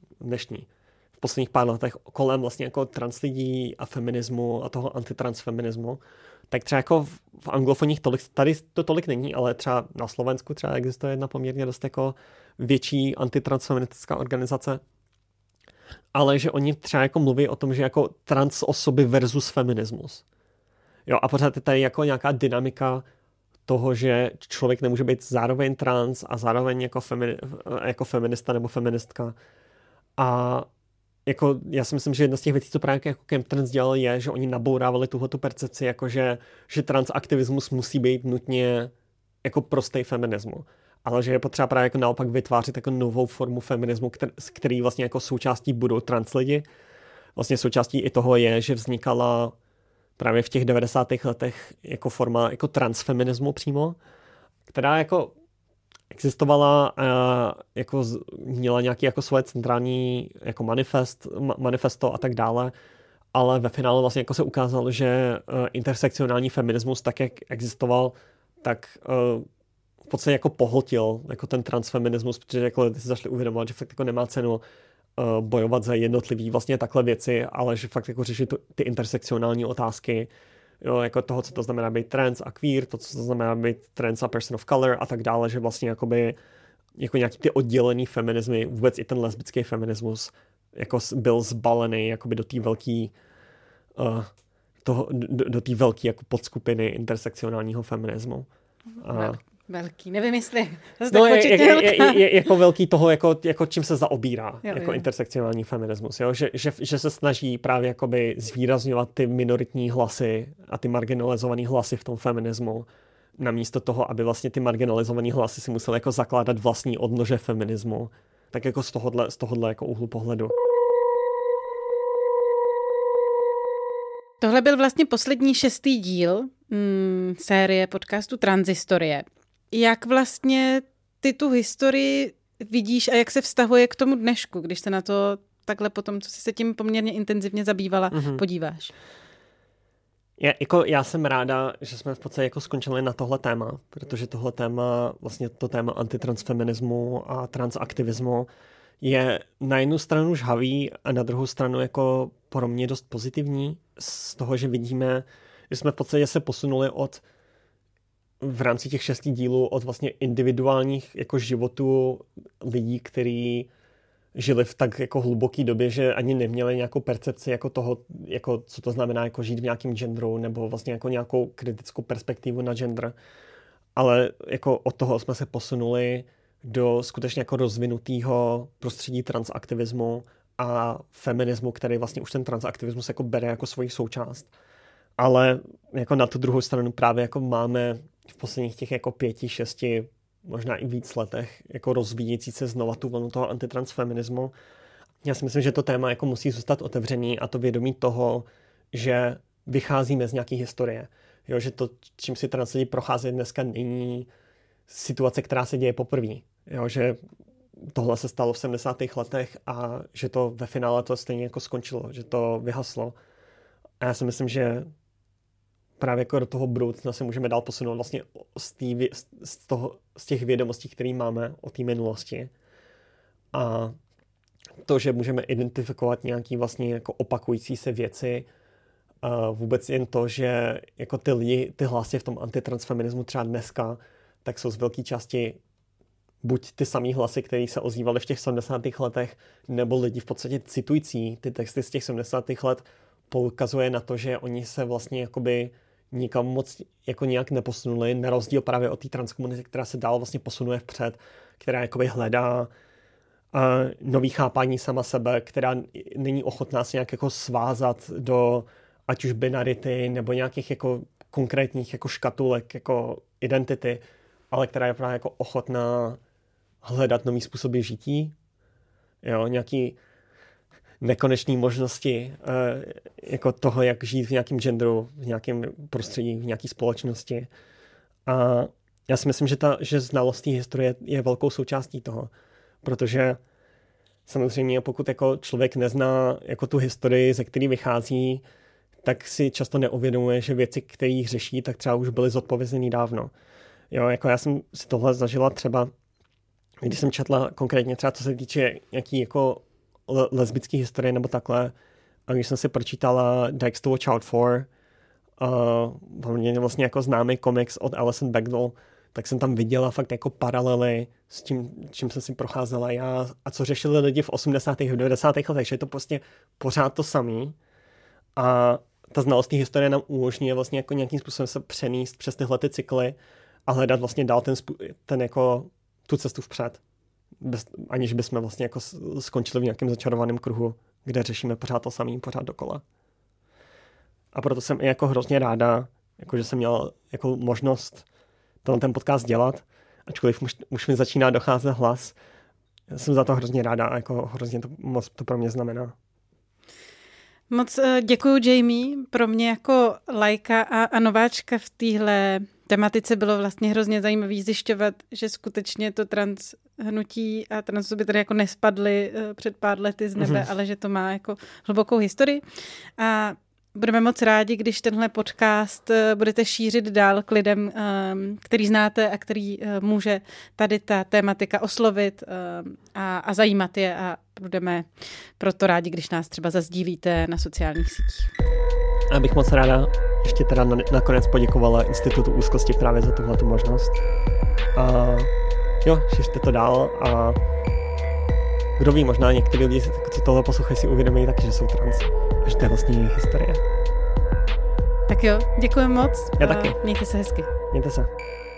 v posledních pár letech kolem vlastně jako trans lidí a feminismu a toho antitransfeminismu, tak třeba jako v anglofonních tady to tolik není, ale třeba na Slovensku třeba existuje jedna poměrně dost jako větší antitransfeministická organizace, ale že oni třeba jako mluví o tom, že jako trans osoby versus feminismus. Jo, a pořád je tady jako nějaká dynamika toho, že člověk nemůže být zároveň trans a zároveň jako feminista nebo feministka. A jako já si myslím, že jedna z těch věcí, co právě jako Camp Trans dělal, je, že oni nabourávali tuhletu percepci, jako že transaktivismus musí být nutně jako prostý feminismu. Ale že je potřeba právě jako naopak vytvářet jako novou formu feminismu, který vlastně jako součástí budou trans lidi. Vlastně součástí i toho je, že vznikala právě v těch 90. letech jako forma jako transfeminismu přímo, která jako existovala, jako měla nějaký jako svoje centrální jako manifesto a tak dále, ale ve finále vlastně jako se ukázalo, že intersekcionální feminismus, tak jak existoval, tak v podstatě jako pohltil jako ten transfeminismus, protože jako lidi si zašli uvědomovat, že fakt jako nemá cenu bojovat za jednotlivý vlastně takhle věci, ale že fakt jako řešit ty intersekcionální otázky, jo, jako toho, co to znamená být trans a queer, to, co to znamená být trans a person of color a tak dále, že vlastně jakoby jako nějaký ty oddělený feminismy, vůbec i ten lesbický feminismus jako byl zbalený jakoby do té velký do té velké jako podskupiny intersekcionálního feminismu. Velký, nevím, jestli no, je jako velký toho, jako čím se zaobírá jako intersekcionální feminismus, jo? Že se snaží právě jakoby zvýrazňovat ty minoritní hlasy a ty marginalizované hlasy v tom feminismu, namísto toho, aby vlastně ty marginalizované hlasy si musely jako zakládat vlastní odnože feminismu, tak jako z tohohle jako úhlu pohledu. Tohle byl vlastně poslední 6. díl série podcastu Transhistorie. Jak vlastně ty tu historii vidíš a jak se vztahuje k tomu dnešku, když se na to takhle potom, co jsi se tím poměrně intenzivně zabývala, podíváš? Já jsem ráda, že jsme v podstatě jako skončili na tohle téma, protože tohle téma, vlastně to téma antitransfeminismu a transaktivismu je na jednu stranu žhavý a na druhou stranu jako pro mě dost pozitivní z toho, že vidíme, že jsme v podstatě se posunuli v rámci těch 6 dílů od vlastně individuálních jako životů lidí, kteří žili v tak jako hluboké době, že ani neměli nějakou percepci jako toho, jako co to znamená jako žít v nějakém genderu nebo vlastně jako nějakou kritickou perspektivu na gender. Ale jako od toho jsme se posunuli do skutečně jako rozvinutého prostředí transaktivismu a feminismu, který vlastně už ten transaktivismus jako bere jako svoji součást. Ale jako na tu druhou stranu právě jako máme v posledních těch jako 5, 6, možná i víc letech jako rozvíjející se znova tu vlnu toho antitransfeminismu. Já si myslím, že to téma jako musí zůstat otevřený a to vědomí toho, že vycházíme z nějaké historie. Jo, že to, čím si trans lidi procházejí dneska, není situace, která se děje poprvé. Jo, že tohle se stalo v 70. letech a že to ve finále to stejně jako skončilo, že to vyhaslo. A já si myslím, že právě jako do toho budoucna se můžeme dál posunout vlastně z těch vědomostí, které máme o té minulosti. A to, že můžeme identifikovat nějaké vlastně jako opakující se věci, a vůbec jen to, že jako ty lidi, ty hlasy v tom antitransfeminismu třeba dneska, tak jsou z velké části buď ty samý hlasy, které se ozývaly v těch 70. letech, nebo lidi v podstatě citující ty texty z těch 70. let, poukazuje na to, že oni se vlastně jakoby nikam moc jako nějak neposunuli, na rozdíl právě od té transkomunity, která se dál vlastně posunuje vpřed, která jakoby hledá nový chápání sama sebe, která není ochotná se nějak jako svázat do ať už binarity nebo nějakých jako konkrétních jako škatulek jako identity, ale která je právě jako ochotná hledat nový způsoby žití, jo, nějaký nekonečné možnosti jako toho, jak žít v nějakém genderu, v nějakém prostředí, v nějaké společnosti. A já si myslím, že znalost té historie je velkou součástí toho, protože samozřejmě pokud jako člověk nezná jako tu historii, ze které vychází, tak si často neuvědomuje, že věci, které řeší, tak třeba už byly zodpovězeny dávno. Jo, jako já jsem si tohle zažila třeba, když jsem četla konkrétně třeba co se týče nějaký jako lesbické historie nebo takhle, a když jsem si pročítala Dykes to Watch Out For, vlastně jako známý komiks od Alison Bechdel, tak jsem tam viděla fakt jako paralely s tím, čím jsem si procházela já a co řešili lidi v 80. a 90. letech, že je to prostě pořád to samý. A ta znalost té historie nám umožňuje vlastně jako nějakým způsobem se přenést přes tyhle ty cykly a hledat vlastně dál ten jako tu cestu vpřed. Aniž bychom vlastně jako skončili v nějakém začarovaném kruhu, kde řešíme pořád to samý, pořád dokola. A proto jsem i jako hrozně ráda, jako že jsem měla jako možnost ten podcast dělat, ačkoliv už mi začíná docházet hlas. Já jsem za to hrozně ráda a jako hrozně moc to pro mě znamená. Moc děkuju, Jamie. Pro mě jako laika a nováčka v téhle tematice bylo vlastně hrozně zajímavý zjišťovat, že skutečně to trans hnutí a trans osoby tady jako nespadly před pár lety z nebe, ale že to má jako hlubokou historii. A budeme moc rádi, když tenhle podcast budete šířit dál k lidem, který znáte a který může tady ta tématika oslovit a zajímat je a budeme proto rádi, když nás třeba zazdílíte na sociálních sítích. Já bych moc ráda ještě teda nakonec poděkovala Institutu úzkosti právě za tuhletu možnost. A jo, šířte to dál a kdo ví, možná někteří lidi, co tohle poslouchají, si uvědomí taky, že jsou trans a že to je vlastně jejich historie. Tak jo, děkuji moc. Já taky. Mějte se hezky. Mějte se.